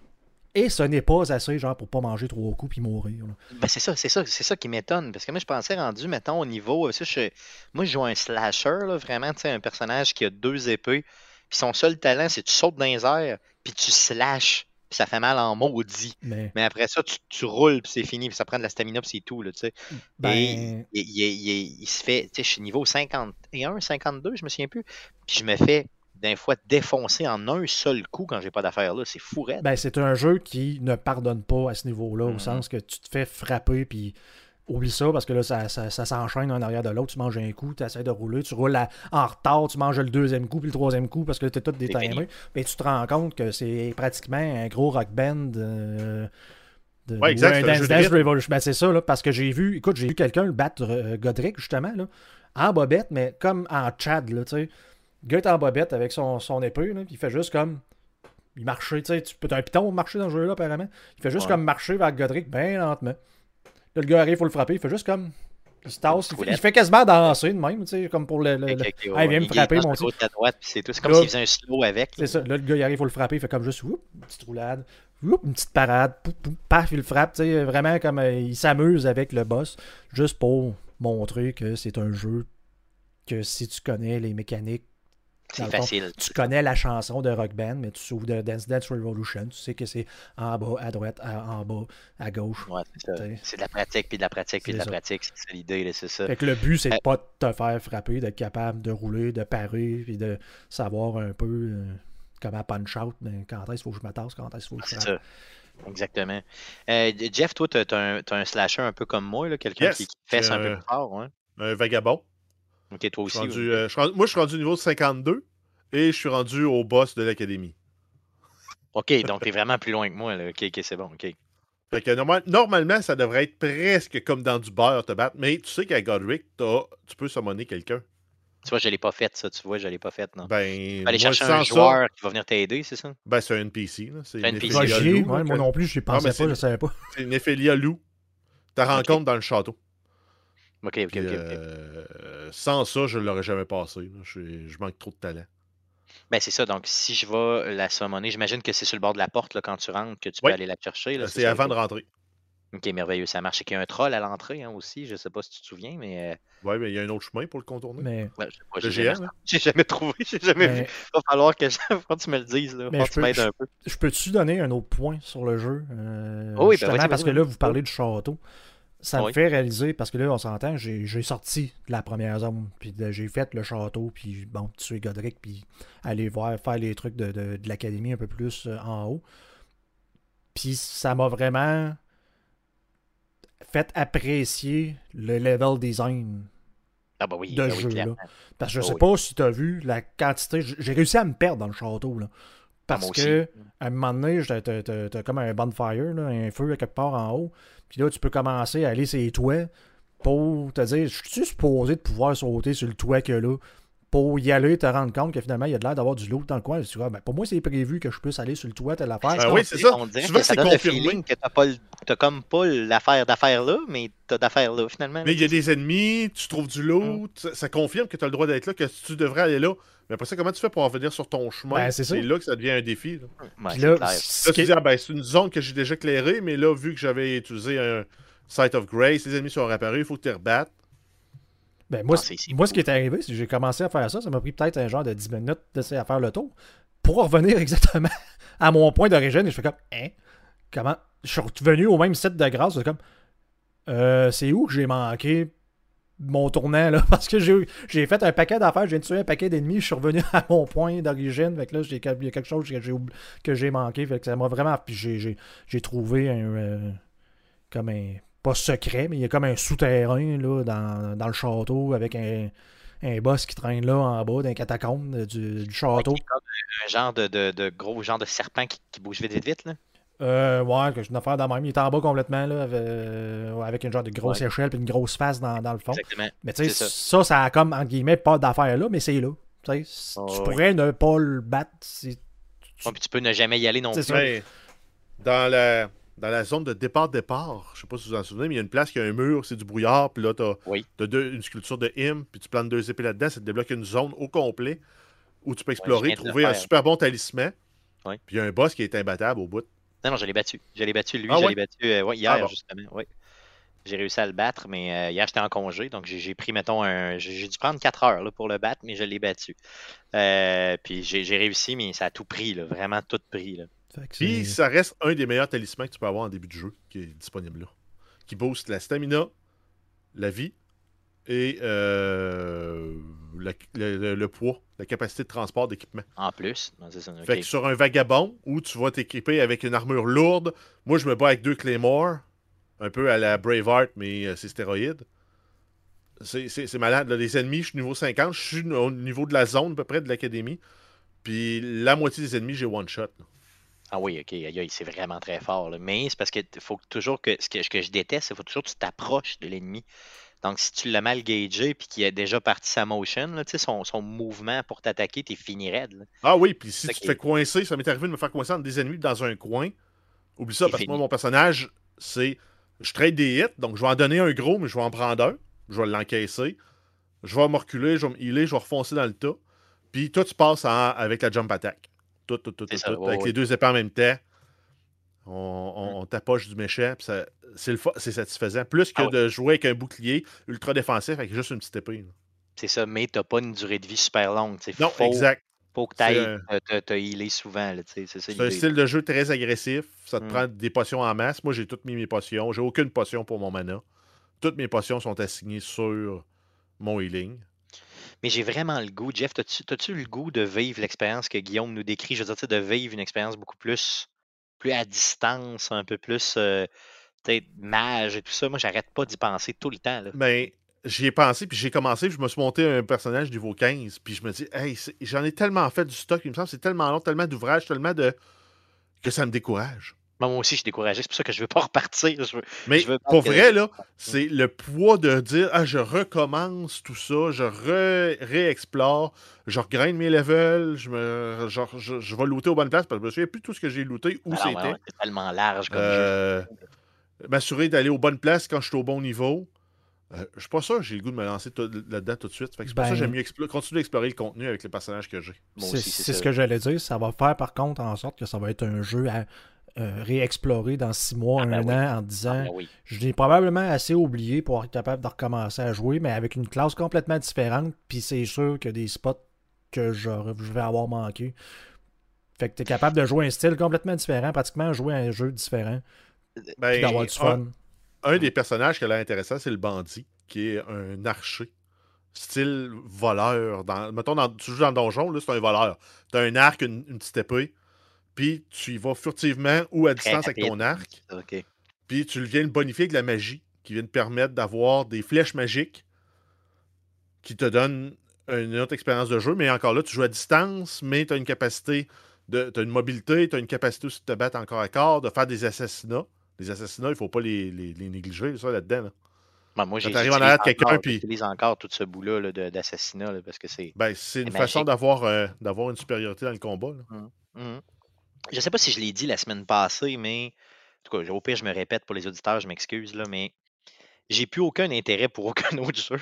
Et ce n'est pas assez, genre, pour pas manger trois coups puis mourir. Là. Ben c'est ça, c'est ça, c'est ça qui m'étonne. Parce que moi, je pensais rendu, mettons, au niveau. euh, ça, je- moi, je joue un slasher, là, vraiment, tu sais, un personnage qui a deux épées. Puis son seul talent, c'est tu sautes dans les airs, puis tu slashes, puis ça fait mal en maudit. Mais, Mais après ça, tu, tu roules, puis c'est fini, puis ça prend de la stamina, puis c'est tout, là, tu sais. ben, Et il, il- il- il- il se fait, tu sais, je suis niveau cinquante et un, cinquante-deux, je me souviens plus. Puis je me fais, d'un fois, défoncer en un seul coup quand j'ai pas d'affaires là. C'est fou, raide. ben, c'est un jeu qui ne pardonne pas à ce niveau-là, au Mhm. sens que tu te fais frapper, puis oublie ça, parce que là, ça, ça, ça s'enchaîne un arrière de l'autre. Tu manges un coup, tu essaies de rouler, tu roules à- en retard, tu manges le deuxième coup, puis le troisième coup, parce que là, t'es tout détimé. fini. Mais tu te rends compte que c'est pratiquement un gros rock band. euh, de, Ouais, exact, ou un c'est un Dance jeu de Dance rythme. Revolution. Ben, c'est ça, là, parce que j'ai vu, écoute, j'ai vu quelqu'un le battre euh, Godric, justement, là, en bobette, mais comme en Chad, là, tu sais. Le gars est en bobette avec son, son épée, là, puis il fait juste comme. Il marchait, tu sais, tu peux être un piton pour marcher dans ce jeu-là, apparemment. Il fait juste Ouais. comme marcher vers Godric, bien lentement. Là, le gars arrive, il faut le frapper, il fait juste comme. Il se tasse, il fait, il fait quasiment danser de même, tu sais, comme pour le. le- Ok, le- ok, Ah, il vient me il frapper, passe mon de Dieu. gauche à droite, puis c'est tout. C'est comme Là- s'il faisait un slow avec. C'est ça. Là, le gars, il arrive, il faut le frapper. Il fait comme juste, whoop, une petite roulade, whoop, une petite parade, pouf, pouf, paf, il le frappe. Tu sais, vraiment comme euh, il s'amuse avec le boss, juste pour montrer que c'est un jeu que si tu connais les mécaniques, C'est Dans le fond, facile. tu connais la chanson de Rock Band, mais tu souviens de Dance Dance Revolution. Tu sais que c'est en bas, à droite, à- en bas, à gauche. Ouais, c'est ça. T'sais. C'est de la pratique, puis de la pratique, puis de C'est la ça. pratique. C'est ça l'idée, là, c'est ça. Fait que le but, c'est Euh, de pas te faire frapper, d'être capable de rouler, de parer, puis de savoir un peu euh, comment punch out, mais quand est-ce qu'il faut que je me tasse, quand est-ce qu'il faut que je C'est frappe. ça. Exactement. Euh, Jeff, toi, t'as, t'as un, t'as un slasher un peu comme moi, là, quelqu'un Yes, qui, qui j'ai fesse un peu un, plus fort, ouais. un vagabond. Ok, toi Je suis aussi. rendu, ouais. euh, je suis rendu- moi, je suis rendu au niveau cinquante-deux et je suis rendu au boss de l'académie. Ok, donc t'es vraiment plus loin que moi, là. Ok, ok, c'est bon, ok. Fait que normal- normalement, ça devrait être presque comme dans du beurre te battre, mais tu sais qu'à Godric, t'as- tu peux summoner quelqu'un. Tu vois, je l'ai pas fait, ça, tu vois, je l'ai pas fait, non. Tu Ben, vas aller moi, chercher un sans ça, joueur qui va venir t'aider, c'est ça? ben, c'est un N P C. Là. C'est C'est un une N P C. Va Ephelia chier, Lou. là, ouais, moi que- non plus, je n'y Non, mais pensais c'est pas, je une- savais pas. c'est une Ephelia Lou. Tu rencontres Ok. dans le château. Ok, ok, Puis, ok. ok. euh, sans ça, je ne l'aurais jamais passé. là. Je, je manque trop de talent. Ben, c'est ça, donc si je vais la summoner, j'imagine que c'est sur le bord de la porte, là, quand tu rentres, que tu peux Oui, aller la chercher, là, euh, c'est c'est ça, avant ok. de rentrer. Ok, merveilleux, ça marche. Et qu'il y a un troll à l'entrée, hein, aussi, je sais pas si tu te souviens, mais... euh, Oui, mais il y a un autre chemin pour le contourner. Mais, ouais, je sais pas, Le j'ai jamais, géant, là. j'ai jamais trouvé, j'ai jamais vu. mais, Va falloir que, je... faut que tu me le dises, là. mais Faut je que tu peux, m'aides je, un peu. je peux-tu donner un autre point sur le jeu? Euh, Oh oui, ben justement, vas-y, parce vas-y, que là, vas-y. vous parlez du château. Ça me Oui. fait réaliser, parce que là, on s'entend, j'ai j'ai sorti de la première zone, puis de- j'ai fait le château, puis bon, tuer Godric, puis aller voir, faire les trucs de, de, de l'académie un peu plus euh, en haut. Puis ça m'a vraiment fait apprécier le level design Ah bah oui, de ben ce oui, jeu-là. clairement. Parce que je Oh sais oui. pas si tu as vu la quantité. j- J'ai réussi à me perdre dans le château, là. Ah, Parce moi aussi. que à un moment donné, t'as- t'as t'as- t'as comme un bonfire, là, un feu à quelque part en haut. Puis là, tu peux commencer à aller sur les toits pour te dire, je suis supposé de pouvoir sauter sur le toit que là, pour y aller, te rendre compte que finalement, il y a de l'air d'avoir du loot dans le coin. Tu vois, ben, pour moi, c'est prévu que je puisse aller sur le toit, telle affaire. Ben qu'on oui, c'est dirait- ça. On dirait Souvent, que ça c'est donne confirmé. le feeling que t'as pas le- t'as comme pas l'affaire d'affaires là, mais t'as d'affaires là, finalement. Mais là, il y a tu sais. des ennemis, tu trouves du loot, ça, ça confirme que tu as le droit d'être là, que tu devrais aller là. Mais après ça, comment tu fais pour en venir sur ton chemin? Ben, c'est ça. là que ça devient un défi. Là, Ouais, Puis c'est là, clair. ce Là, qui tu est- dis, ah ben, c'est une zone que j'ai déjà éclairée, mais là, vu que j'avais utilisé un Sight of Grace, les ennemis sont réapparus, il faut que tu les rebattes. Ben, moi, Ah, c'est- c'est moi ce cool. qui est arrivé, c'est que j'ai commencé à faire ça. Ça m'a pris peut-être un genre de dix minutes d'essayer à faire le tour pour revenir exactement à mon point d'origine. Et je fais comme, hein? Comment? Je suis revenu au même site de grâce. C'est comme, euh, c'est où que j'ai manqué mon tournant, là? Parce que j'ai j'ai fait un paquet d'affaires, j'ai tué un paquet d'ennemis, je suis revenu à mon point d'origine. Fait que là, j'ai- il y a quelque chose que j'ai oubli- que j'ai manqué. Fait que ça m'a vraiment. Puis j'ai- j'ai j'ai trouvé un. euh, comme un. Pas secret, mais il y a comme un souterrain là, dans, dans le château avec un, un boss qui traîne là en bas d'un catacombe euh, du, du château. Ouais, qui est comme un genre de, de, de gros genre de serpent qui, qui bouge vite, vite, vite, là. Euh, ouais, que j'ai une affaire dans même. Il est en bas complètement là, avec, euh, avec une genre de grosse Ouais. échelle et une grosse face dans, dans le fond. Exactement. Mais tu sais, C'est ça. ça, ça a comme, entre guillemets, pas d'affaire là, mais c'est là. Tu sais, Oh, tu oui. pourrais ne pas le battre si. Ouais, puis tu peux ne jamais y aller non C'est plus. ça. Ben, dans la, dans la zone de départ-départ, je sais pas si vous vous en souvenez, mais il y a une place qui a un mur, c'est du brouillard, puis là, tu as, Oui. une sculpture de hym, puis tu plantes deux épées là-dedans, ça te débloque une zone au complet où tu peux explorer, viens de le trouver un faire. super bon talisman, Oui. puis il y a un boss qui est imbattable au bout. Non, non, je l'ai battu. Je l'ai battu, lui, Ah je ouais? l'ai battu euh, ouais, hier, Ah bon. justement. Ouais. J'ai réussi à le battre, mais euh, hier, j'étais en congé, donc j'ai j'ai pris, mettons, un. J'ai j'ai dû prendre quatre heures là, pour le battre, mais je l'ai battu. Euh, puis j'ai j'ai réussi, mais ça a tout pris, là, vraiment tout pris. Là. Fait que Puis c'est- ça reste un des meilleurs talismans que tu peux avoir en début de jeu qui est disponible là. Qui booste la stamina, la vie et euh, la- le, le- le poids, la capacité de transport d'équipement. En plus, non, c'est ça. ok. Fait que sur un vagabond où tu vas t'équiper avec une armure lourde, moi je me bats avec deux Claymore, un peu à la Braveheart, mais euh, c'est stéroïde. C'est c'est- c'est malade. Là. Les ennemis, je suis niveau cinquante, je suis au niveau de la zone à peu près de l'académie. Puis la moitié des ennemis, j'ai one shot. là. Ah oui, ok, aïe, aïe, c'est vraiment très fort. Là. Mais c'est parce que faut que toujours que ce que, ce que je déteste, c'est qu'il faut toujours que tu t'approches de l'ennemi. Donc, si tu l'as mal gagé puis qu'il a déjà parti sa motion, là, tu sais, son, son mouvement pour t'attaquer, t'es fini raide. Là. Ah oui, puis si Ça tu te qui fais est- coincer, ça m'est arrivé de me faire coincer entre des ennemis dans un coin. Oublie ça, C'est parce que moi, fini. mon personnage, c'est. Je trade des hits, donc je vais en donner un gros, mais je vais en prendre un. Je vais l'encaisser. Je vais me reculer, je vais me healer, je vais refoncer dans le tas. Puis toi, tu passes en- avec la jump attack. Tout, tout, tout, C'est tout, ça, tout, ouais, avec ouais. les deux épées en même temps. On, on, Mm. on tapoche du méchant, puis ça- c'est le fa- c'est satisfaisant. Plus que Ah ouais. de jouer avec un bouclier ultra défensif avec juste une petite épée. là. C'est ça, mais t'as pas une durée de vie super longue. Non, faut, exact. Faut que tu ailles te, te healer souvent. Là, c'est ça, c'est un style de jeu très agressif. Ça te mm. prend des potions en masse. Moi, j'ai toutes mis mes potions. J'ai aucune potion pour mon mana. Toutes mes potions sont assignées sur mon healing. Mais j'ai vraiment le goût. Jeff, t'as-tu, t'as-tu le goût de vivre l'expérience que Guillaume nous décrit? Je veux dire, de vivre une expérience beaucoup plus, plus à distance, un peu plus euh, peut-être mage et tout ça. Moi, j'arrête pas d'y penser tout le temps. Là. Ben, j'y ai pensé, puis j'ai commencé, puis je me suis monté un personnage niveau quinze, puis je me dis, hey, j'en ai tellement fait du stock, il me semble, c'est tellement long, tellement d'ouvrages, tellement de. que ça me décourage. Moi aussi, je suis découragé. C'est pour ça que je veux pas repartir. Je veux, Mais je veux pour que... vrai, là, c'est le poids de dire ah, je recommence tout ça, je re- réexplore, je regraine mes levels, je me genre, je, je vais looter aux bonnes places parce que je me souviens plus de tout ce que j'ai looté, où Alors, c'était. ouais, c'est tellement large comme euh, jeu. M'assurer d'aller aux bonnes places quand je suis au bon niveau. Euh, je suis pas sûr que j'ai le goût de me lancer là-dedans tout de suite. Fait que c'est ben, pour ça que j'aime mieux explo- continuer d'explorer le contenu avec les personnages que j'ai. C'est, aussi, c'est, c'est ce que j'allais dire. Ça va faire par contre en sorte que ça va être un jeu à euh, réexplorer dans six mois, ah, ben un oui. an, en disant ah, ben oui. je l'ai probablement assez oublié pour être capable de recommencer à jouer, mais avec une classe complètement différente. Puis c'est sûr qu'il y a des spots que je, je vais avoir manqué. Fait que tu es capable de jouer un style complètement différent, pratiquement jouer à un jeu différent. Ben, puis d'avoir du fun. Un, un des personnages qui a l'air intéressant, c'est le bandit, qui est un archer. Style voleur. Dans, mettons, dans, tu joues dans le donjon, là, c'est un voleur. Tu as un arc, une, une petite épée, puis tu y vas furtivement ou à distance avec ton arc. Okay. Puis tu viens le bonifier avec la magie, qui vient te permettre d'avoir des flèches magiques qui te donnent une autre expérience de jeu. Mais encore là, tu joues à distance, mais tu as une capacité, de, tu as une mobilité, tu as une capacité aussi de te battre encore à corps, de faire des assassinats. Les assassinats, il ne faut pas les, les, les négliger, ça, là-dedans. Là. Ben, moi, j'ai en arrière de quelqu'un, puis j'utilise encore tout ce bout-là là, de, d'assassinat là, parce que c'est. Ben, c'est une magique. façon d'avoir, euh, d'avoir une supériorité dans le combat. Là. Mmh. Mmh. Je sais pas si je l'ai dit la semaine passée, mais en tout cas, au pire, je me répète pour les auditeurs, je m'excuse, là, mais j'ai plus aucun intérêt pour aucun autre jeu.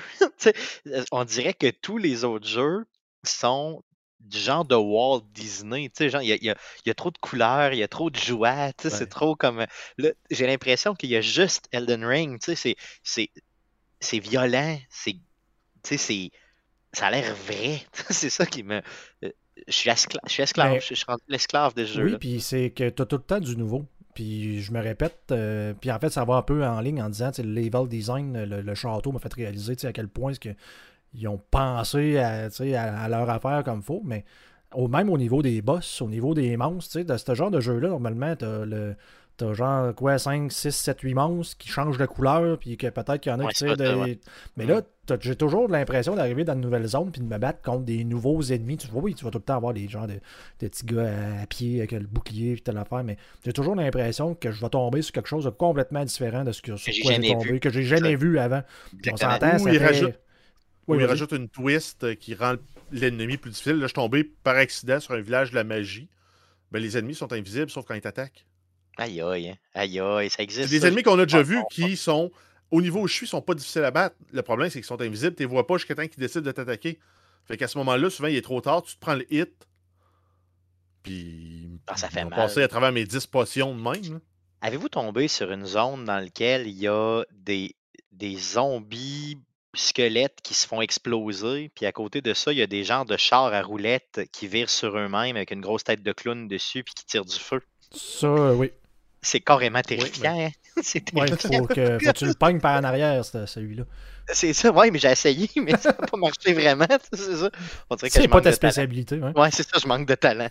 On dirait que tous les autres jeux sont du genre de Walt Disney. Il y, y, y a trop de couleurs, il y a trop de joie. Ouais. C'est trop comme. Là, j'ai l'impression qu'il y a juste Elden Ring. C'est, c'est, c'est violent. C'est, c'est, ça a l'air vrai. C'est ça qui me. Je suis, esclave, je suis esclave. Mais, je suis rendu l'esclave de ce jeu. Oui, puis c'est que tu as tout le temps du nouveau. Puis je me répète, euh, puis en fait, ça va un peu en ligne en disant, le level design, le, le château m'a fait réaliser à quel point que, ils ont pensé à, à, à leur affaire comme il faut, mais au, même au niveau des boss, au niveau des monstres, de ce genre de jeu-là, normalement, t'as le. T'as genre quoi, cinq, six, sept, huit monstres qui changent de couleur, puis que peut-être qu'il y en a ouais, qui tirent des. Ouais. Mais là, j'ai toujours l'impression d'arriver dans une nouvelle zone puis de me battre contre des nouveaux ennemis. Tu vois, oui, tu vas tout le temps avoir des genres de, de petits gars à, à pied avec le bouclier et telle affaire, mais j'ai toujours l'impression que je vais tomber sur quelque chose de complètement différent de ce que, sur que quoi j'ai j'ai tombé, vu. que j'ai jamais vu avant. On s'entend, ça fait... rajoute, oui, il rajoute une twist qui rend l'ennemi plus difficile. Là, je suis tombé par accident sur un village de la magie. Ben, les ennemis sont invisibles sauf quand ils t'attaquent. Aïe aïe, aïe aïe, ça existe. C'est des ça, ennemis qu'on a déjà vus qui sont, au niveau où je suis, sont pas difficiles à battre. Le problème, c'est qu'ils sont invisibles, tu les vois pas jusqu'à temps qu'ils décident de t'attaquer. Fait qu'à ce moment-là, souvent, il est trop tard, tu te prends le hit. Puis. Ah, ça fait mal. Passer à travers mes dix potions de même. Là. Avez-vous tombé sur une zone dans laquelle il y a des, des zombies squelettes qui se font exploser, puis à côté de ça, il y a des genres de chars à roulettes qui virent sur eux-mêmes avec une grosse tête de clown dessus puis qui tirent du feu? Ça, euh, oui. C'est carrément terrifiant. Oui, oui. C'est terrifiant. Ouais, faut que, faut que tu le pognes par en arrière, celui-là. C'est ça, oui, mais j'ai essayé, mais ça n'a pas marché vraiment. C'est ça. On dirait que c'est je pas ta spécialité. Oui, ouais, c'est ça, je manque de talent.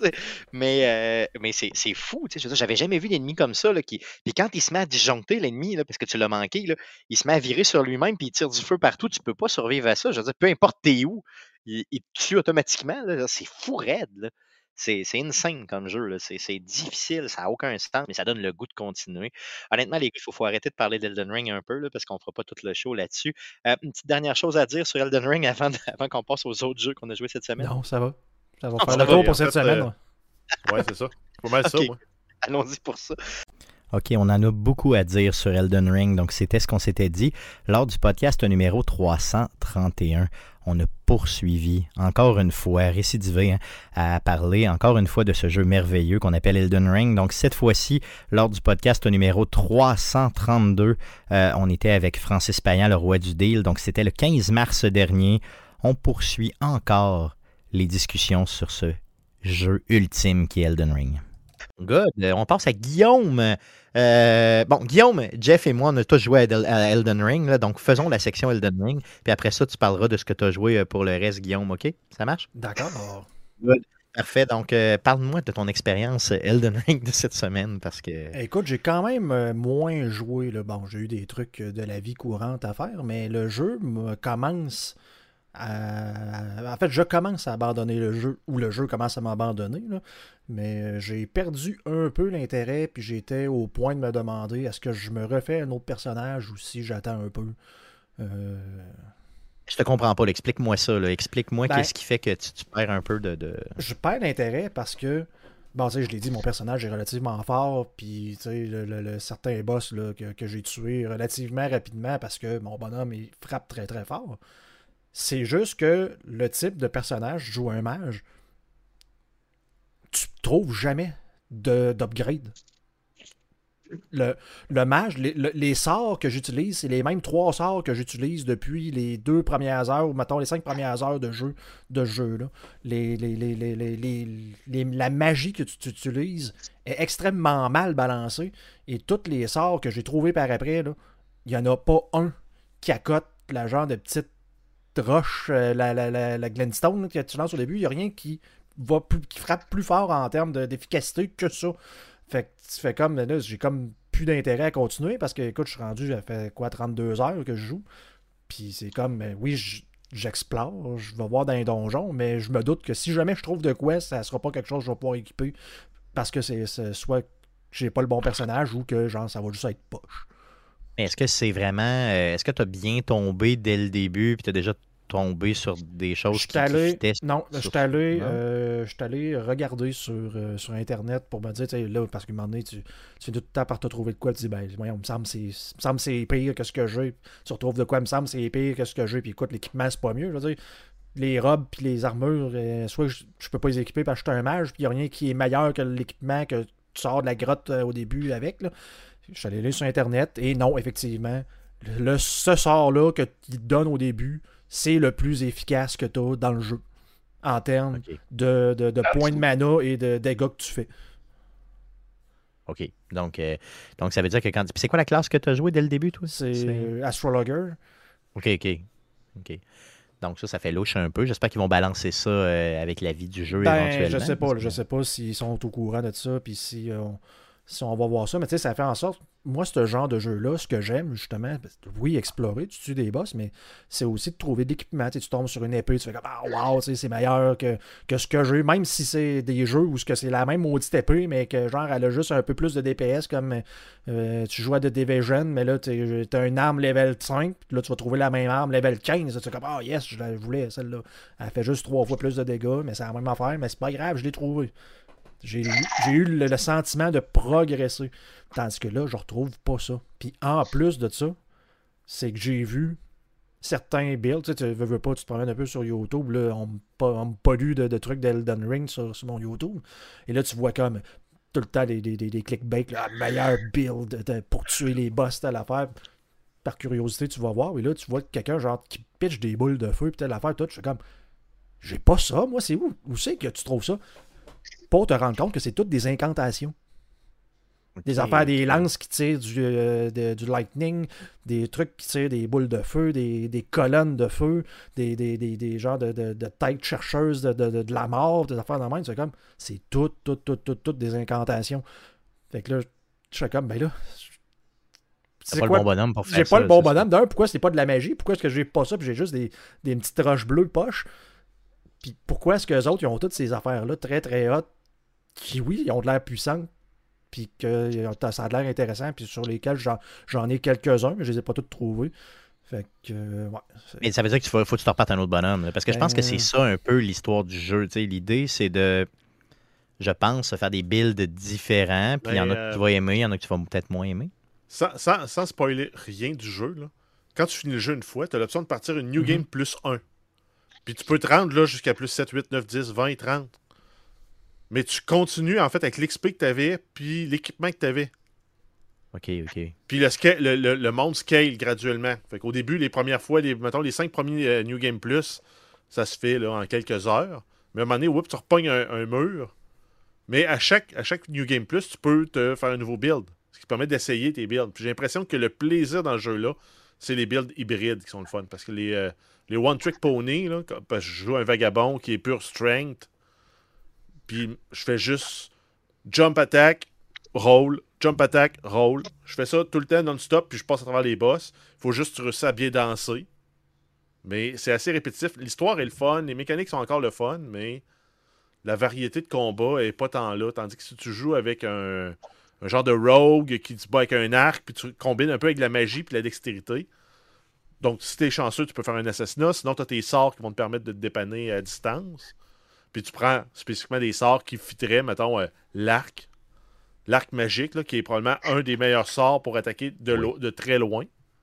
mais euh, mais c'est, c'est fou. Je veux dire, j'avais jamais vu d'ennemi comme ça. Là, qui... Puis quand il se met à disjoncter, l'ennemi, là, parce que tu l'as manqué, là, il se met à virer sur lui-même puis il tire du feu partout. Tu peux pas survivre à ça. Je veux dire, peu importe t'es où, il, il te tue automatiquement. Là. C'est fou raide. Là. C'est, c'est insane comme jeu. Là. C'est, c'est difficile, ça n'a aucun sens, mais ça donne le goût de continuer. Honnêtement, les gars, il faut, faut arrêter de parler d'Elden Ring un peu, là, parce qu'on ne fera pas tout le show là-dessus. Euh, une petite dernière chose à dire sur Elden Ring avant, de, avant qu'on passe aux autres jeux qu'on a joués cette semaine. Non, ça va. Ça va non, faire ça le va, tour pour cette fait, semaine. Euh... Ouais, c'est ça. Faut mal okay. ça, moi. Allons-y pour ça. OK, on en a beaucoup à dire sur Elden Ring, donc c'était ce qu'on s'était dit. Lors du podcast numéro trois cent trente et un, on a poursuivi, encore une fois, récidivé hein, à parler encore une fois de ce jeu merveilleux qu'on appelle Elden Ring. Donc cette fois-ci, lors du podcast numéro trois cent trente-deux, euh, on était avec Francis Payan, le roi du deal, donc c'était le quinze mars dernier. On poursuit encore les discussions sur ce jeu ultime qui est Elden Ring. Good. On passe à Guillaume. Euh, bon, Guillaume, Jeff et moi, on a tous joué à, Del- à Elden Ring, là, donc faisons la section Elden Ring, puis après ça, tu parleras de ce que tu as joué pour le reste, Guillaume, OK? Ça marche? D'accord. Good. Parfait. Donc, euh, parle-moi de ton expérience Elden Ring de cette semaine, parce que... Écoute, j'ai quand même euh, moins joué. Là. Bon, j'ai eu des trucs de la vie courante à faire, mais le jeu me commence... À... En fait, je commence à abandonner le jeu, ou le jeu commence à m'abandonner, là. Mais j'ai perdu un peu l'intérêt, puis j'étais au point de me demander est-ce que je me refais un autre personnage ou si j'attends un peu. Euh... Je te comprends pas, là. Explique-moi ça. Là. Explique-moi Ben, qu'est-ce qui fait que tu, tu perds un peu de... de... Je perds l'intérêt parce que, bon, tu sais, je l'ai dit, mon personnage est relativement fort, puis, tu sais, le, le, le certain boss là, que, que j'ai tué relativement rapidement parce que mon bonhomme, il frappe très très fort. C'est juste que le type de personnage, je joue un mage, tu trouves jamais de, d'upgrade. Le, le mage, les, le, les sorts que j'utilise, c'est les mêmes trois sorts que j'utilise depuis les deux premières heures, ou mettons les cinq premières heures de jeu, de jeu là. Les, les, les, les, les, les, les, la magie que tu, tu utilises est extrêmement mal balancée, et tous les sorts que j'ai trouvés par après, il n'y en a pas un qui accote la genre de petite roche, euh, la, la, la, la Glenstone là, que tu lances au début, il n'y a rien qui, va plus, qui frappe plus fort en termes de, d'efficacité que ça. Fait que tu fais comme, là, j'ai comme plus d'intérêt à continuer parce que, écoute, je suis rendu, ça fait quoi, trente-deux heures que je joue. Puis c'est comme, ben, oui, j'explore, je vais voir dans les donjons, mais je me doute que si jamais je trouve de quoi, ça sera pas quelque chose que je vais pouvoir équiper parce que c'est, c'est soit que j'ai pas le bon personnage ou que, genre, ça va juste être poche. Mais est-ce que c'est vraiment... Euh, est-ce que tu as bien tombé dès le début puis tu as déjà tombé sur des choses qui, allé, qui fitaient? Non, je suis allé, euh, allé regarder sur, euh, sur Internet pour me dire, tu sais, là, parce qu'à un moment donné, tu, tu fais tout le temps par te trouver de quoi, tu dis, ben, voyons, il me semble que c'est, c'est pire que ce que j'ai. Tu retrouves de quoi, il me semble que c'est pire que ce que j'ai. Puis écoute, l'équipement, c'est pas mieux. Je veux dire, les robes puis les armures, euh, soit je, je peux pas les équiper parce que je suis un mage, puis il n'y a rien qui est meilleur que l'équipement que tu sors de la grotte euh, au début avec, là. Je suis allé lire sur Internet, et non, effectivement, le, ce sort-là que tu donnes au début, c'est le plus efficace que tu as dans le jeu en termes okay. de, de, de points de mana et de dégâts que tu fais. OK. Donc, euh, donc ça veut dire que quand... Puis c'est quoi la classe que tu as joué dès le début, toi? C'est, c'est... Astrologer. OK, OK. OK. Donc ça, ça fait louche un peu. J'espère qu'ils vont balancer ça euh, avec la vie du jeu ben, éventuellement. Je sais pas. Que... Je sais pas s'ils sont au courant de ça, puis si... Euh, si on va voir ça, mais tu sais, ça fait en sorte, moi, ce genre de jeu-là, ce que j'aime, justement, oui, explorer, tu tues des boss, mais c'est aussi de trouver de l'équipement. Tu tombes sur une épée, tu fais comme, ah, wow, c'est meilleur que, que ce que j'ai, même si c'est des jeux où c'est la même maudite épée, mais que, genre, elle a juste un peu plus de D P S, comme euh, tu joues à The Division, mais là, tu as une arme level cinq, puis là, tu vas trouver la même arme level quinze, tu fais comme, ah, oh, yes, je la voulais, celle-là. Elle fait juste trois fois plus de dégâts, mais c'est la même affaire, mais c'est pas grave, je l'ai trouvé. J'ai, j'ai eu le, le sentiment de progresser. Tandis que là, je retrouve pas ça. Puis en plus de ça, c'est que j'ai vu certains builds. Tu sais, tu veux, veux pas, tu te promènes un peu sur YouTube. Là, on m'a pas lu de, de trucs d'Elden Ring sur, sur mon YouTube. Et là, tu vois comme tout le temps des, des, des, des clickbait, là, meilleur build de, pour tuer les boss, telle affaire. Par curiosité, tu vas voir. Et là, tu vois quelqu'un genre qui pitch des boules de feu, puis telle affaire. Tout, je suis comme, j'ai pas ça. Moi, c'est où? Où c'est que tu trouves ça? Pour te rendre compte que c'est toutes des incantations. Okay. Des affaires, des lances qui tirent du, euh, de, du lightning, des trucs qui tirent des boules de feu, des, des colonnes de feu, des, des, des, des genres de, de, de têtes chercheuses de, de, de la mort, des affaires dans le même. C'est comme, c'est toutes, toutes, toutes, toutes, toutes des incantations. Fait que là, je fais comme, ben là... C'est pas quoi? Le bon bonhomme pour faire j'ai ça. J'ai pas le bon bonhomme. D'un, pourquoi c'est pas de la magie? Pourquoi est-ce que j'ai pas ça puis j'ai juste des, des petites roches bleues poches? Puis pourquoi est-ce qu'eux autres, ils ont toutes ces affaires-là très, très hautes qui, oui, ils ont de l'air puissants, puis que ça a de l'air intéressant, puis sur lesquels j'en, j'en ai quelques-uns, mais je les ai pas tous trouvés. Fait que, euh, ouais. Mais ça veut dire qu'il faut, faut que tu te repartes un autre bonhomme. Là, parce que ben... je pense que c'est ça un peu l'histoire du jeu. T'sais. L'idée, c'est de je pense, faire des builds différents. Puis il y en a euh, que tu vas aimer, il y en a que tu vas peut-être moins aimer. Sans, sans, sans spoiler rien du jeu, là, quand tu finis le jeu une fois, tu as l'option de partir une New Mm-hmm. Game plus un. Puis tu peux te rendre là jusqu'à plus sept, huit, neuf, dix, vingt, trente. Mais tu continues en fait avec l'X P que tu avais, puis l'équipement que tu avais. OK, OK. Puis le, scale, le, le, le monde scale graduellement. Fait qu'au début, les premières fois, les, mettons les cinq premiers euh, New Game Plus, ça se fait là, en quelques heures. Mais à un moment donné, whoop, tu repognes un, un mur. Mais à chaque, à chaque New Game Plus, tu peux te faire un nouveau build. Ce qui te permet d'essayer tes builds. Puis j'ai l'impression que le plaisir dans ce jeu-là, c'est les builds hybrides qui sont le fun. Parce que les, euh, les One Trick Pony, là, parce que je joue un vagabond qui est pure strength. Puis je fais juste jump attack, roll, jump attack, roll. Je fais ça tout le temps non-stop, puis je passe à travers les boss. Il faut juste que tu réussisses à bien danser. Mais c'est assez répétitif. L'histoire est le fun, les mécaniques sont encore le fun, mais la variété de combat est pas tant là. Tandis que si tu joues avec un, un genre de rogue qui se bat avec un arc, puis tu combines un peu avec la magie puis la dextérité. Donc, si t'es chanceux, tu peux faire un assassinat. Sinon, t'as tes sorts qui vont te permettre de te dépanner à distance. Puis tu prends spécifiquement des sorts qui fitteraient, mettons, euh, l'arc. L'arc magique, là, qui est probablement un des meilleurs sorts pour attaquer de, lo- de très loin.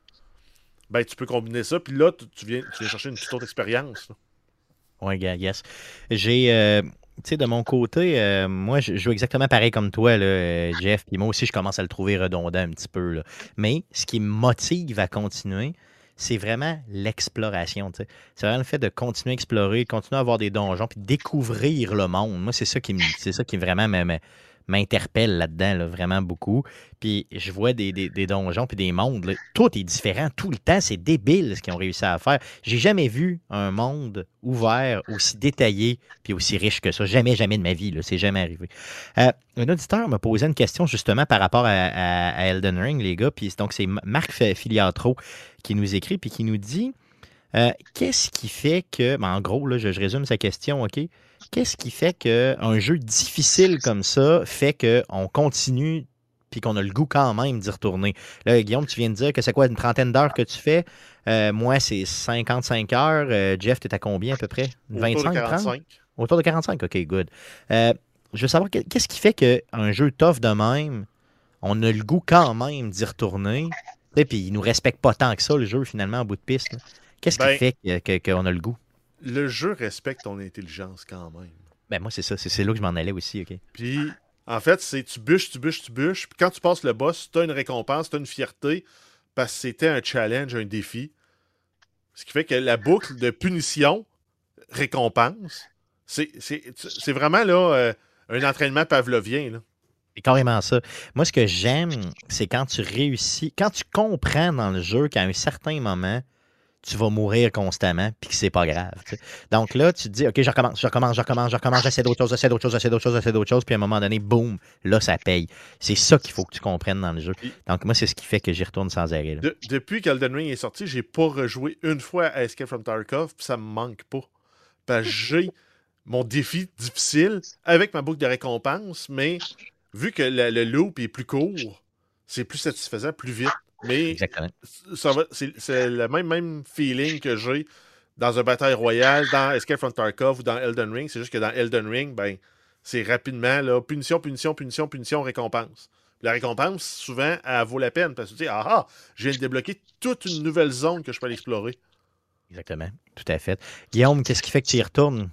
Ben, tu peux combiner ça. Puis là, tu, tu, viens, tu viens chercher une toute autre expérience. Là. Oui, gars, yes. J'ai, euh, tu sais, de mon côté, euh, moi, je joue exactement pareil comme toi, là, euh, Jeff. Puis moi aussi, je commence à le trouver redondant un petit peu. Là. Mais ce qui me motive à continuer, c'est vraiment l'exploration. Tu sais. C'est vraiment le fait de continuer à explorer, continuer à avoir des donjons, puis découvrir le monde. Moi, c'est ça qui me, c'est ça qui vraiment me, me- m'interpelle là-dedans, là, vraiment beaucoup. Puis je vois des, des, des donjons puis des mondes. Là. Tout est différent tout le temps. C'est débile ce qu'ils ont réussi à faire. J'ai jamais vu un monde ouvert aussi détaillé puis aussi riche que ça. Jamais, jamais de ma vie. Là. C'est jamais arrivé. Euh, un auditeur m'a posé une question justement par rapport à, à- à Elden Ring, les gars. Puis donc, c'est Marc Filiatro qui nous écrit puis qui nous dit euh, qu'est-ce qui fait que. Ben, en gros, là, je, je résume sa question, OK? Qu'est-ce qui fait qu'un jeu difficile comme ça fait qu'on continue puis qu'on a le goût quand même d'y retourner? Là, Guillaume, tu viens de dire que c'est quoi, une trentaine d'heures que tu fais? Euh, moi, c'est cinquante-cinq heures. Euh, Jeff, tu es à combien à peu près? vingt-cinq, Autour de trente? quarante-cinq. Autour de quarante-cinq, OK, good. Euh, je veux savoir, qu'est-ce qui fait qu'un jeu tough de même, on a le goût quand même d'y retourner, et puis il nous respecte pas tant que ça, le jeu, finalement, en bout de piste. là. Qu'est-ce Ben, qui fait que- que- qu'on a le goût? Le jeu respecte ton intelligence quand même. Ben moi, c'est ça. C'est c'est là que je m'en allais aussi, OK? Puis, en fait, c'est tu bûches, tu bûches, tu bûches. Puis quand tu passes le boss, tu as une récompense, tu as une fierté, parce que c'était un challenge, un défi. Ce qui fait que la boucle de punition, récompense, c'est c'est- c'est vraiment là euh, un entraînement pavlovien. Là. C'est carrément ça. Moi, ce que j'aime, c'est quand tu réussis, quand tu comprends dans le jeu qu'à un certain moment, tu vas mourir constamment, puis que c'est pas grave. tu sais. Donc là, tu te dis, OK, je recommence, je recommence, je recommence, je recommence, j'essaie d'autres choses, j'essaie d'autres choses, j'essaie d'autres choses, j'essaie d'autres choses, puis à un moment donné, boum, là, ça paye. C'est ça qu'il faut que tu comprennes dans le jeu. Donc moi, c'est ce qui fait que j'y retourne sans arrêt. là. De- depuis qu'Elden Ring est sorti, j'ai pas rejoué une fois à Escape from Tarkov, puis ça me manque pas. Parce que j'ai mon défi difficile avec ma boucle de récompense, mais vu que le, le loop est plus court, c'est plus satisfaisant, plus vite. Mais Exactement. ça va, c'est, c'est le même, même feeling que j'ai dans un bataille royale, dans Escape from Tarkov ou dans Elden Ring. C'est juste que dans Elden Ring, ben, c'est rapidement là, punition, punition, punition, punition, récompense. La récompense, souvent, elle vaut la peine parce que tu dis, ah ah, je viens de débloquer toute une nouvelle zone que je peux aller explorer. Exactement. Tout à fait. Guillaume, qu'est-ce qui fait que tu y retournes?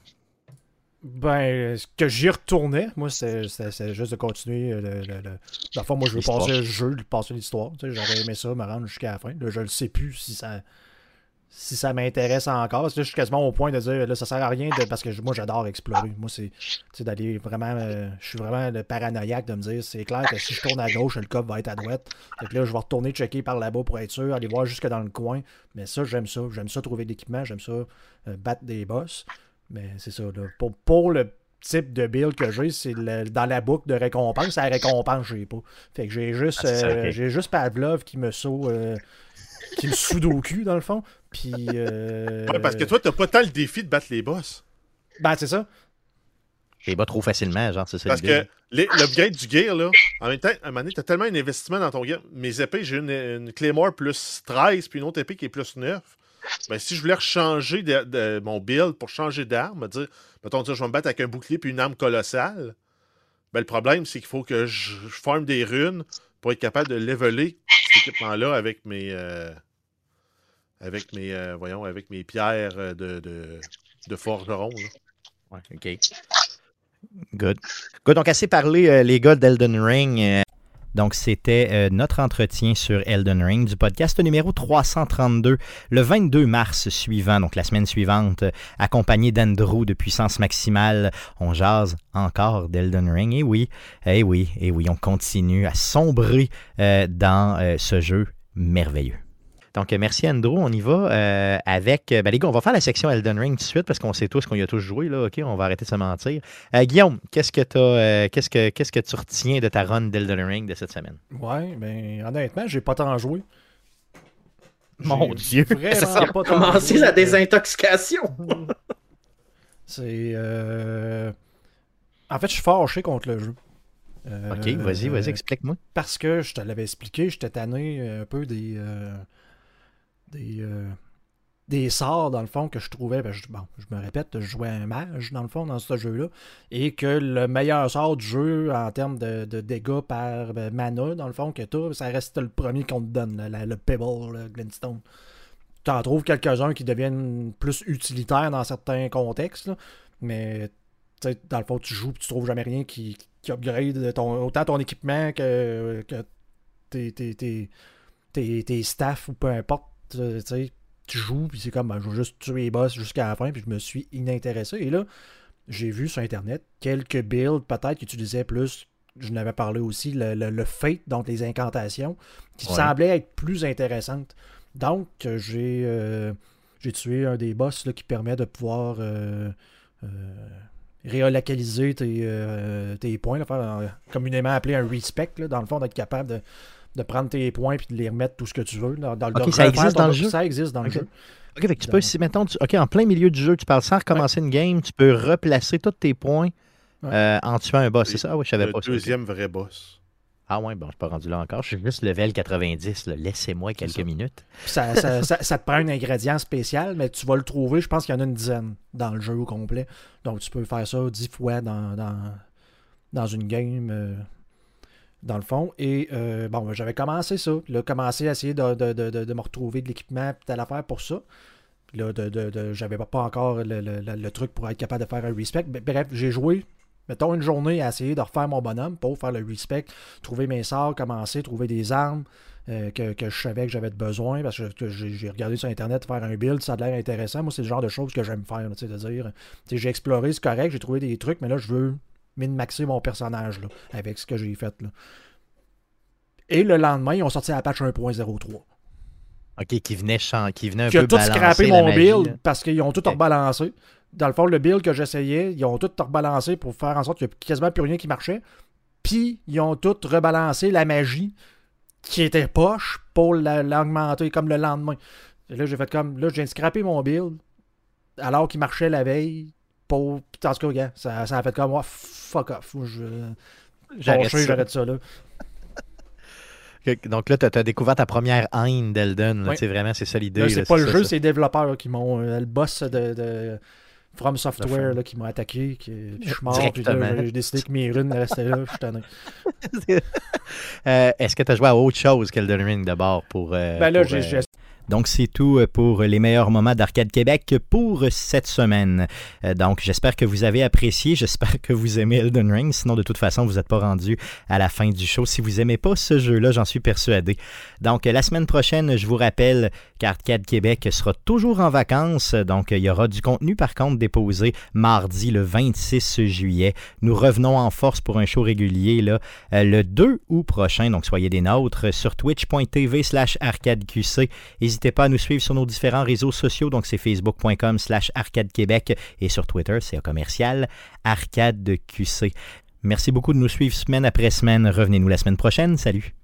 Ben, ce que j'y retournais, moi, c'est c'est- c'est juste de continuer. Le, le, le... Dans le fond, moi, je veux L'histoire. passer le jeu, passer l'histoire. Tu sais, j'aurais aimé ça, me rendre jusqu'à la fin. Là, je ne sais plus si ça si ça m'intéresse encore. Là, je suis quasiment au point de dire, là, ça sert à rien, de, parce que je- moi, j'adore explorer. Moi, c'est tu sais, d'aller vraiment... euh, je suis vraiment le paranoïaque de me dire, c'est clair que si je tourne à gauche, le coffre va être à droite. Fait que là, je vais retourner checker par là-bas pour être sûr, aller voir jusque dans le coin. Mais ça, j'aime ça. J'aime ça trouver de l'équipement, j'aime ça euh, battre des boss. Mais c'est ça, là. Pour, pour le type de build que j'ai, c'est le- dans la boucle de récompense. La récompense, je n'ai pas. Fait que j'ai juste, Ah, c'est ça, euh, ok. j'ai juste Pavlov qui me saut, euh, qui me soude au cul, dans le fond. Puis. Euh, Ouais, parce que toi, t'as pas tant le défi de battre les boss. Ben, c'est ça. Je les bats trop facilement, genre, c'est ça Parce l'idée. que les- l'upgrade du gear, là, en même temps, à un moment donné, t'as tellement un investissement dans ton gear. Mes épées, j'ai une, une Claymore plus treize, puis une autre épée qui est plus neuf. Ben, si je voulais changer de, de mon build pour changer d'arme, me dire, mettons, dire, je vais me battre avec un bouclier puis une arme colossale, Ben, le problème, c'est qu'il faut que je, je farme des runes pour être capable de leveler cet équipement-là avec mes... Euh, avec mes... Euh, voyons, avec mes pierres de, de, de forgeron. Là. Ouais, OK. Good. Good. Donc, assez parlé, euh, les gars d'Elden Ring. Euh, donc, c'était euh, notre entretien sur Elden Ring du podcast numéro trois cent trente-deux, le vingt-deux mars suivant, donc la semaine suivante, euh, accompagné d'Andrew de Puissance Maximale. On jase encore d'Elden Ring. Et oui, et oui, et oui, on continue à sombrer euh, dans euh, ce jeu merveilleux. Donc, merci Andrew. On y va euh, avec... Ben, les gars, on va faire la section Elden Ring tout de suite parce qu'on sait tous qu'on y a tous joué. Là. OK, on va arrêter de se mentir. Euh, Guillaume, qu'est-ce que, t'as, euh, qu'est-ce, que, qu'est-ce que tu retiens de ta run d'Elden Ring de cette semaine? Ouais, ben honnêtement, j'ai pas tant joué. Mon Dieu! Ça a commencé la désintoxication! C'est... Euh... En fait, je suis fâché contre le jeu. Euh, OK, vas-y, vas-y, explique-moi. Parce que je te l'avais expliqué, j'étais tanné un peu des... Euh... Des, euh, des sorts, dans le fond, que je trouvais, ben je, bon, je me répète, je jouais un mage, dans le fond, dans ce jeu-là, et que le meilleur sort du jeu, en termes de, de dégâts par ben, mana, dans le fond, que tu ça reste le premier qu'on te donne, là, la, le Pebble, le Glintstone. Tu en trouves quelques-uns qui deviennent plus utilitaires dans certains contextes, là, mais dans le fond, tu joues et tu trouves jamais rien qui, qui upgrade ton, autant ton équipement que, que tes, tes, tes, tes, tes staffs ou peu importe. Tu sais, tu joues, puis c'est comme, ben, je vais juste tuer les boss jusqu'à la fin, puis je me suis inintéressé. Et là, j'ai vu sur Internet quelques builds, peut-être, qui utilisaient plus, je n'avais parlé aussi, le, le, le Fate, donc les incantations, qui ouais. semblaient être plus intéressantes. Donc, j'ai, euh, j'ai tué un des boss là, qui permet de pouvoir euh, euh, réolocaliser tes, euh, tes points, là, faire, euh, communément appelé un respec, là, dans le fond, d'être capable de de prendre tes points et de les remettre tout ce que tu veux. Dans, dans, OK, ça existe dans le jeu? Ça existe dans okay. le jeu. OK, fait que tu peux, si, mettons, tu, OK, en plein milieu du jeu, tu parles sans recommencer ouais. une game, tu peux replacer tous tes points ouais. euh, en tuant un boss, c'est ça? Ah oui, je savais le pas ça. Le deuxième vrai boss. Ah ouais, bon, je suis pas rendu là encore. Je suis juste level quatre-vingt-dix, là. Laissez-moi quelques minutes. Ça, ça, ça, ça te prend un ingrédient spécial, mais tu vas le trouver, je pense qu'il y en a une dizaine dans le jeu au complet. Donc, tu peux faire ça dix fois dans, dans, dans une game... Euh... dans le fond, et euh, bon, j'avais commencé ça, puis là, commencé à essayer de, de, de, de me retrouver de l'équipement, puis telle affaire pour ça, puis là, de, de, de, j'avais pas encore le, le, le, le truc pour être capable de faire un respec, bref, j'ai joué, mettons, une journée à essayer de refaire mon bonhomme, pour faire le respec, trouver mes sorts, commencer, trouver des armes euh, que, que je savais que j'avais besoin, parce que, que j'ai, j'ai regardé sur Internet faire un build, ça a l'air intéressant, moi, c'est le genre de choses que j'aime faire, tu sais, de dire, tu sais, j'ai exploré, c'est correct, j'ai trouvé des trucs, mais là, je veux... min-maxer mon personnage là, avec ce que j'ai fait. Là. Et le lendemain, ils ont sorti la patch un point zéro trois. OK, qui venait, chan- qui venait un qui peu a tout scrappé mon magie, build là. Parce qu'ils ont tout okay. rebalancé. Dans le fond, le build que j'essayais, ils ont tout rebalancé pour faire en sorte qu'il n'y a quasiment plus rien qui marchait. Puis, ils ont tout rebalancé la magie qui était poche pour la, l'augmenter comme le lendemain. Et là, j'ai fait comme... Là, je viens de scraper mon build alors qu'il marchait la veille. Pour... En tout cas, gars, ça, ça a fait comme... Oh, fuck off. Je... J'arrête, ça. j'arrête ça. Là. Donc là, tu as découvert ta première haine d'Elden. Oui. Vraiment, c'est ça l'idée. Là, c'est là, pas c'est le ça, jeu, ça. c'est les développeurs qui m'ont... Euh, le boss de... de... From Software là, qui m'a attaqué, qui, puis je suis mort, puis là, j'ai, j'ai décidé que mes runes restaient là, je suis tanné. euh, est-ce que tu as joué à autre chose qu'Elden Ring d'abord pour... Euh, ben là, pour, j'ai, euh... j'ai... Donc, c'est tout pour les meilleurs moments d'Arcade Québec pour cette semaine. Donc, j'espère que vous avez apprécié. J'espère que vous aimez Elden Ring. Sinon, de toute façon, vous n'êtes pas rendu à la fin du show. Si vous n'aimez pas ce jeu-là, j'en suis persuadé. Donc, la semaine prochaine, je vous rappelle qu'Arcade Québec sera toujours en vacances. Donc, il y aura du contenu, par contre, déposé mardi, le vingt-six juillet. Nous revenons en force pour un show régulier là, le deux août prochain. Donc, soyez des nôtres sur twitch.tv slash arcadeqc. N'hésitez pas à nous suivre sur nos différents réseaux sociaux. Donc, c'est facebook.com slash arcade québec et sur Twitter, c'est un commercial arcadeqc. Merci beaucoup de nous suivre semaine après semaine. Revenez-nous la semaine prochaine. Salut!